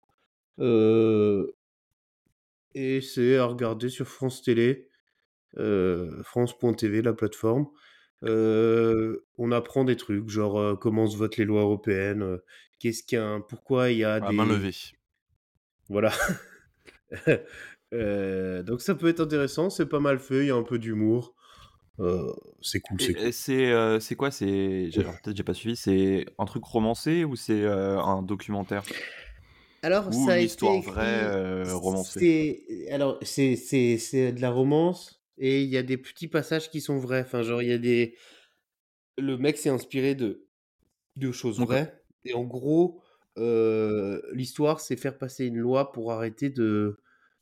Et c'est à regarder sur France Télé, France.tv, la plateforme. On apprend des trucs, genre comment se votent les lois européennes, pourquoi il y a des... main levée. Voilà. Donc ça peut être intéressant, c'est pas mal fait, il y a un peu d'humour. C'est cool. Et c'est quoi peut-être j'ai pas suivi, c'est un truc romancé ou c'est un documentaire? Alors, ou ça a une été histoire écrit. vraie romancée? C'est de la romance et il y a des petits passages qui sont vrais. Enfin, genre, il y a des. Le mec s'est inspiré de choses Ok. vraies. Et en gros, l'histoire, c'est faire passer une loi pour arrêter de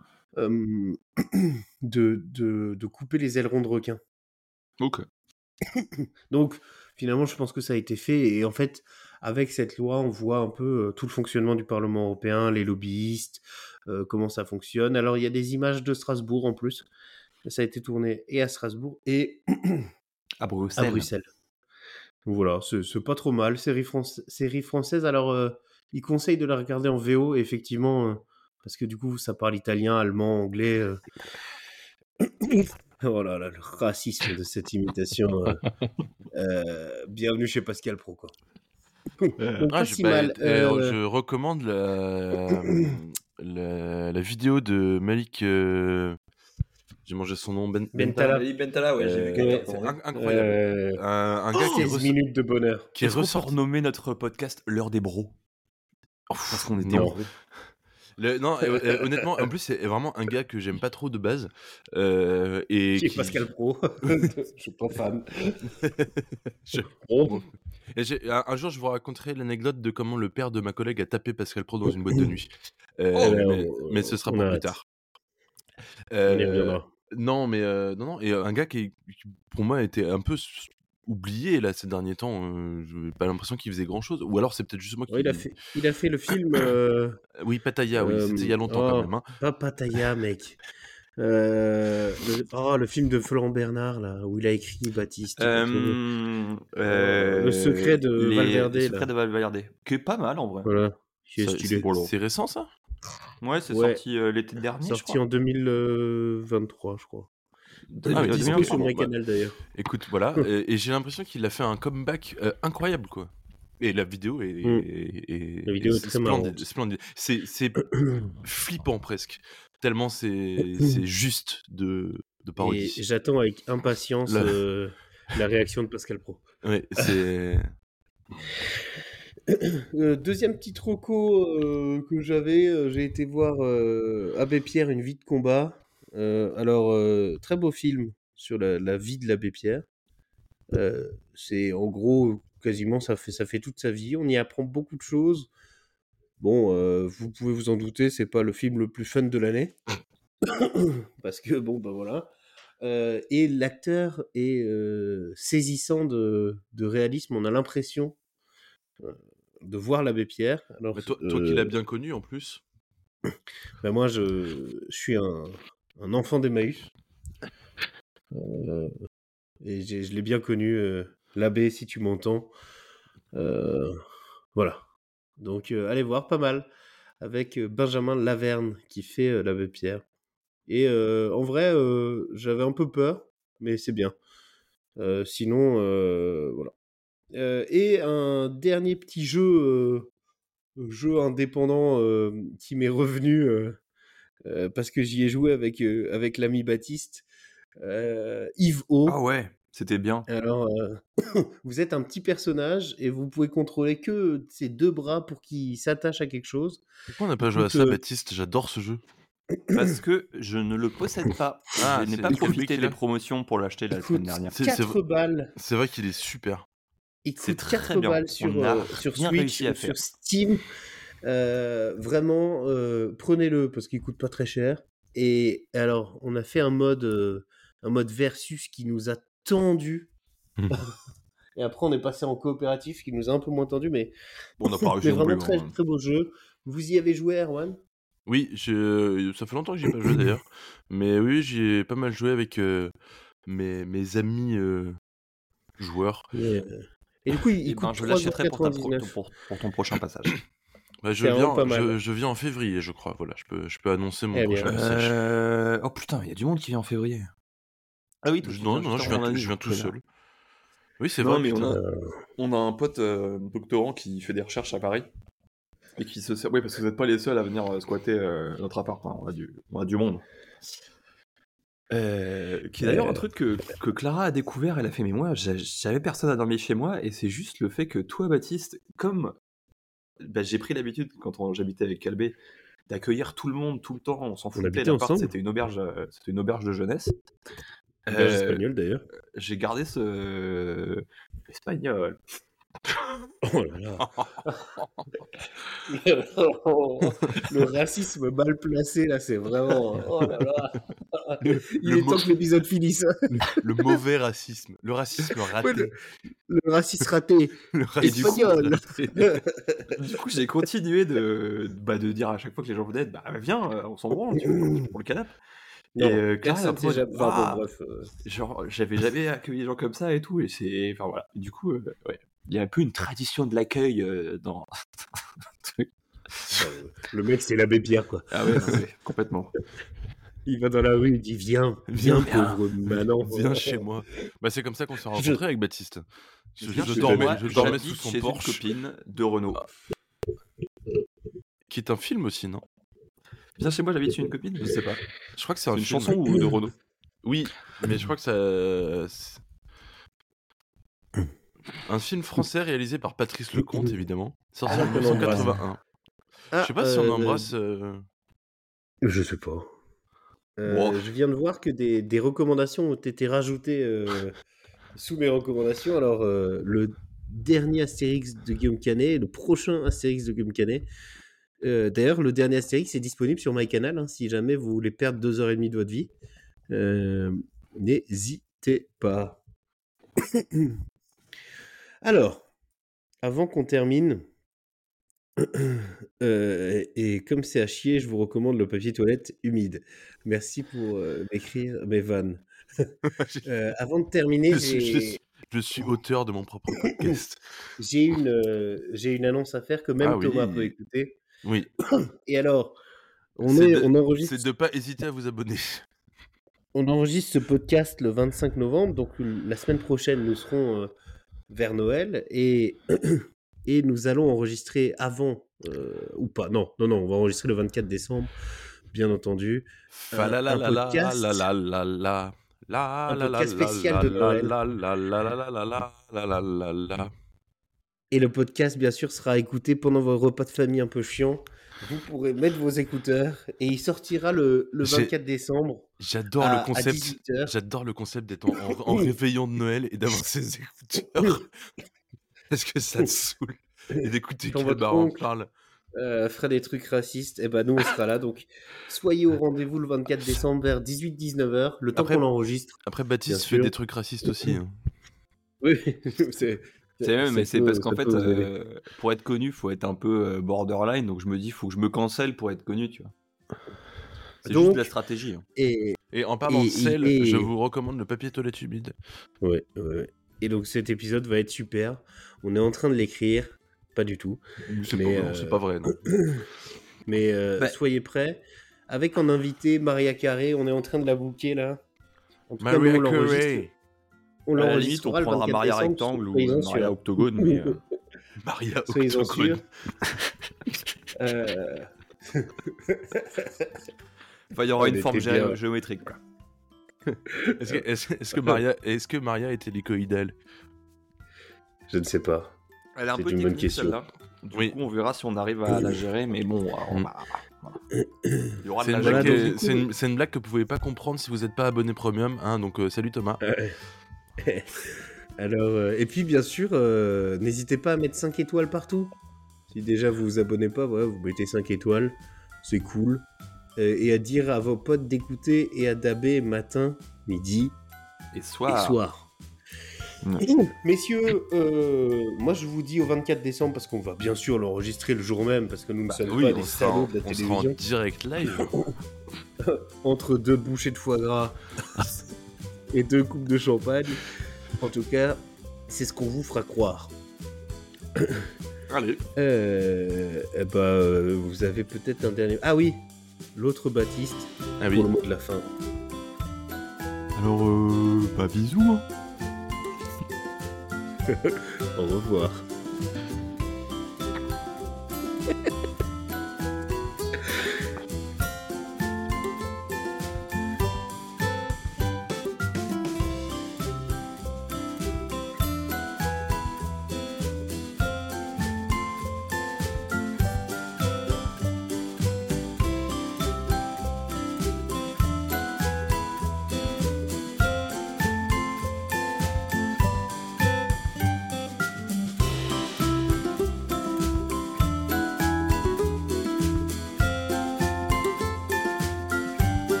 couper les ailerons de requin. Ok. Donc, finalement, je pense que ça a été fait. Et en fait, avec cette loi, on voit un peu tout le fonctionnement du Parlement européen, les lobbyistes, comment ça fonctionne. Alors, il y a des images de Strasbourg en plus. Ça a été tourné et à Strasbourg et À à Bruxelles. Bruxelles. Donc voilà, c'est pas trop mal. Série française, alors ils conseillent de la regarder en VO, effectivement, parce que du coup, ça parle italien, allemand, anglais. Oh là là, le racisme de cette imitation. Bienvenue chez Pascal Pro, quoi. Donc, pas si mal. Je recommande la vidéo de Malik. J'ai mangé son nom. Bentala. Bentala, ouais, j'ai vu c'est incroyable. Un gars qui 16 minutes de bonheur. qui est Est-ce qu'on peut ressorti. renommer notre podcast l'heure des bros? Parce qu'on était non. bourrés. Non, honnêtement, en plus, c'est vraiment un gars que j'aime pas trop de base. Qui est Pascal Pro. Je suis pas fan. Bon. Et un jour, je vous raconterai l'anecdote de comment le père de ma collègue a tapé Pascal Pro dans une boîte de nuit. Mais ce sera pour plus tard. On y reviendra. Non, et un gars qui pour moi était un peu oublié là ces derniers temps. J'ai pas l'impression qu'il faisait grand chose, ou alors c'est peut-être juste moi qui. Ouais, il a fait le film. Oui, Pattaya, oui, c'était il y a longtemps quand même. Hein. Pas Pattaya, mec. Le film de Florent Bernard là, où il a écrit Baptiste. Le secret de Valverde. Le secret de Valverde, qui est pas mal en vrai. Voilà. C'est récent ça? Ouais, c'est sorti l'été dernier. Sorti en 2023, je crois. Dispo sur mon canal d'ailleurs. Écoute, voilà, et j'ai l'impression qu'il a fait un comeback incroyable, quoi. Et la vidéo est, la vidéo est très splendide. C'est flippant presque, tellement c'est juste de parodie. Et j'attends avec impatience la réaction de Pascal Pro. Ouais, c'est. Deuxième petit troco que j'avais, j'ai été voir Abbé Pierre, une vie de combat. Très beau film sur la vie de l'abbé Pierre. C'est en gros quasiment ça fait toute sa vie. On y apprend beaucoup de choses. Bon, vous pouvez vous en douter, c'est pas le film le plus fun de l'année parce que bon bah voilà. Et l'acteur est saisissant de réalisme. On a l'impression de voir l'abbé Pierre. Alors, mais toi qui l'as bien connu en plus. Ben moi, je suis un enfant d'Emmaüs. Et je l'ai bien connu, l'abbé, si tu m'entends. Voilà. Donc, allez voir, pas mal. Avec Benjamin Laverne qui fait l'abbé Pierre. Et en vrai, j'avais un peu peur, mais c'est bien. Sinon, voilà. Et un dernier petit jeu indépendant qui m'est revenu parce que j'y ai joué avec l'ami Baptiste, Yves O. Ah ouais, c'était bien. Alors, vous êtes un petit personnage et vous pouvez contrôler que ses deux bras pour qu'il s'attache à quelque chose. Pourquoi on n'a pas joué à ça, Baptiste? J'adore ce jeu. Parce que je ne le possède pas. Je n'ai pas profité des promotions pour l'acheter la semaine dernière. 4 balles. C'est vrai qu'il est super. Il coûte 4 balles sur Switch ou sur Steam. Vraiment, prenez-le parce qu'il coûte pas très cher. Et alors, on a fait un mode versus qui nous a tendu. Et après, on est passé en coopératif qui nous a un peu moins tendu, mais on n'a pas réussi. Mais vraiment très, très beau jeu. Vous y avez joué, Erwan? Oui, ça fait longtemps que j'ai pas joué d'ailleurs, mais oui, j'ai pas mal joué avec mes amis joueurs. Et du coup, il coûte je l'achèterai pour ton prochain passage. Bah, je viens en février, je crois. Voilà, je peux annoncer mon prochain passage. Oh putain, il y a du monde qui vient en février. Ah oui, non, je viens tout seul. Oui, c'est vrai. Mais on a un pote doctorant qui fait des recherches à Paris et qui se sert. Oui, parce que vous n'êtes pas les seuls à venir squatter notre appart. Hein. On a du monde. Qui est d'ailleurs un truc que Clara a découvert. Elle a fait, mais moi, j'avais personne à dormir chez moi, et c'est juste le fait que toi, Baptiste, comme j'ai pris l'habitude quand j'habitais avec Calbé d'accueillir tout le monde tout le temps, on s'en foutait. L'appart, c'était une auberge de jeunesse. Auberge espagnole d'ailleurs. J'ai gardé espagnol. Oh là là. Le racisme mal placé là, c'est vraiment. Oh là là. Il est temps que l'épisode finisse. Le mauvais racisme, le racisme raté. Ouais, le racisme raté. Le racisme espagnol. Du coup, j'ai continué de dire à chaque fois que les gens venaient, viens, on s'en branle, tu vois, pour le canapé. Et Clara, bref, genre, j'avais jamais accueilli les gens comme ça et tout, et c'est, enfin voilà. Du coup, ouais, il y a un peu une tradition de l'accueil dans. Le mec, c'est l'abbé Pierre, quoi. Ah ouais, complètement. Il va dans la rue, il dit viens pauvre Manon, viens chez moi. C'est comme ça qu'on s'est rencontrés avec Baptiste. Je dormais sous son Porsche. Une copine de Renault. Qui est un film aussi, non? Viens chez moi, j'habite chez une copine, je sais pas. Je crois que c'est une chanson ou de Renault. Oui, mais je crois que ça. Un film français réalisé par Patrice Lecomte, évidemment. Sorti en 1981. Je sais pas si on embrasse. Je sais pas. Je viens de voir que des recommandations ont été rajoutées sous mes recommandations. Alors, le dernier Astérix de Guillaume Canet, le prochain Astérix de Guillaume Canet. D'ailleurs, le dernier Astérix est disponible sur MyCanal, hein, si jamais vous voulez perdre 2h30 de votre vie. N'hésitez pas. Alors, avant qu'on termine, et comme c'est à chier, je vous recommande le papier toilette humide. Merci pour m'écrire mes vannes. Avant de terminer, je suis auteur de mon propre podcast. J'ai une annonce à faire que même Thomas peut écouter. Oui. Et alors, on enregistre. C'est de pas hésiter à vous abonner. On enregistre ce podcast le 25 novembre, donc la semaine prochaine, nous serons vers Noël et nous allons enregistrer avant ou pas. Non, on va enregistrer le 24 décembre, bien entendu. Un podcast spécial de Noël. Et le podcast, bien sûr, sera écouté pendant vos repas de famille un peu chiants. Vous pourrez mettre vos écouteurs et il sortira le 24 décembre. J'adore le concept d'être en réveillon de Noël et d'avoir ses écouteurs. Est-ce que ça te saoule? Et d'écouter quand votre oncle parle. Ferait des trucs racistes, et nous on sera là. Donc soyez au rendez-vous le 24 décembre vers 18-19h, le temps qu'on l'enregistre. Après, Baptiste fait des trucs racistes aussi. Hein. Oui, mais c'est parce qu'en fait, pour être connu, faut être un peu borderline. Donc je me dis, faut que je me cancelle pour être connu, tu vois. C'est juste de la stratégie. Hein. Et en parlant de sel, je vous recommande le papier toilette humide. Ouais. Et donc cet épisode va être super. On est en train de l'écrire. Pas du tout. C'est pas vrai, non. Mais soyez prêts. Avec en invité Maria Carré, on est en train de la booker là. En tout cas, Maria Carré. On l'enregistrera le 24 décembre. Maria Rectangle ou Maria Octogone. Mais Maria Octogone. Soyez-en il y aura une forme géométrique. Quoi. Est-ce que Maria est hélicoïdale? Je ne sais pas. Elle est un peu une bonne question. Celle-là. Du coup, on verra si on arrive à la gérer, mais bon, il y aura c'est une blague que vous pouvez pas comprendre si vous n'êtes pas abonné premium, hein, donc salut Thomas. Alors, et puis bien sûr, n'hésitez pas à mettre 5 étoiles partout. Si déjà vous vous abonnez pas, vous mettez 5 étoiles, c'est cool. Et à dire à vos potes d'écouter et à daber matin, midi et soir. Messieurs, moi je vous dis au 24 décembre parce qu'on va bien sûr l'enregistrer le jour même parce que nous ne sommes pas des salauds de la télévision. On sera en direct live. Entre 2 bouchées de foie gras et 2 coupes de champagne. En tout cas, c'est ce qu'on vous fera croire. Allez. Vous avez peut-être un dernier... Ah oui, l'autre Baptiste pour le mot de la fin. Alors, bisous. Hein. Au revoir.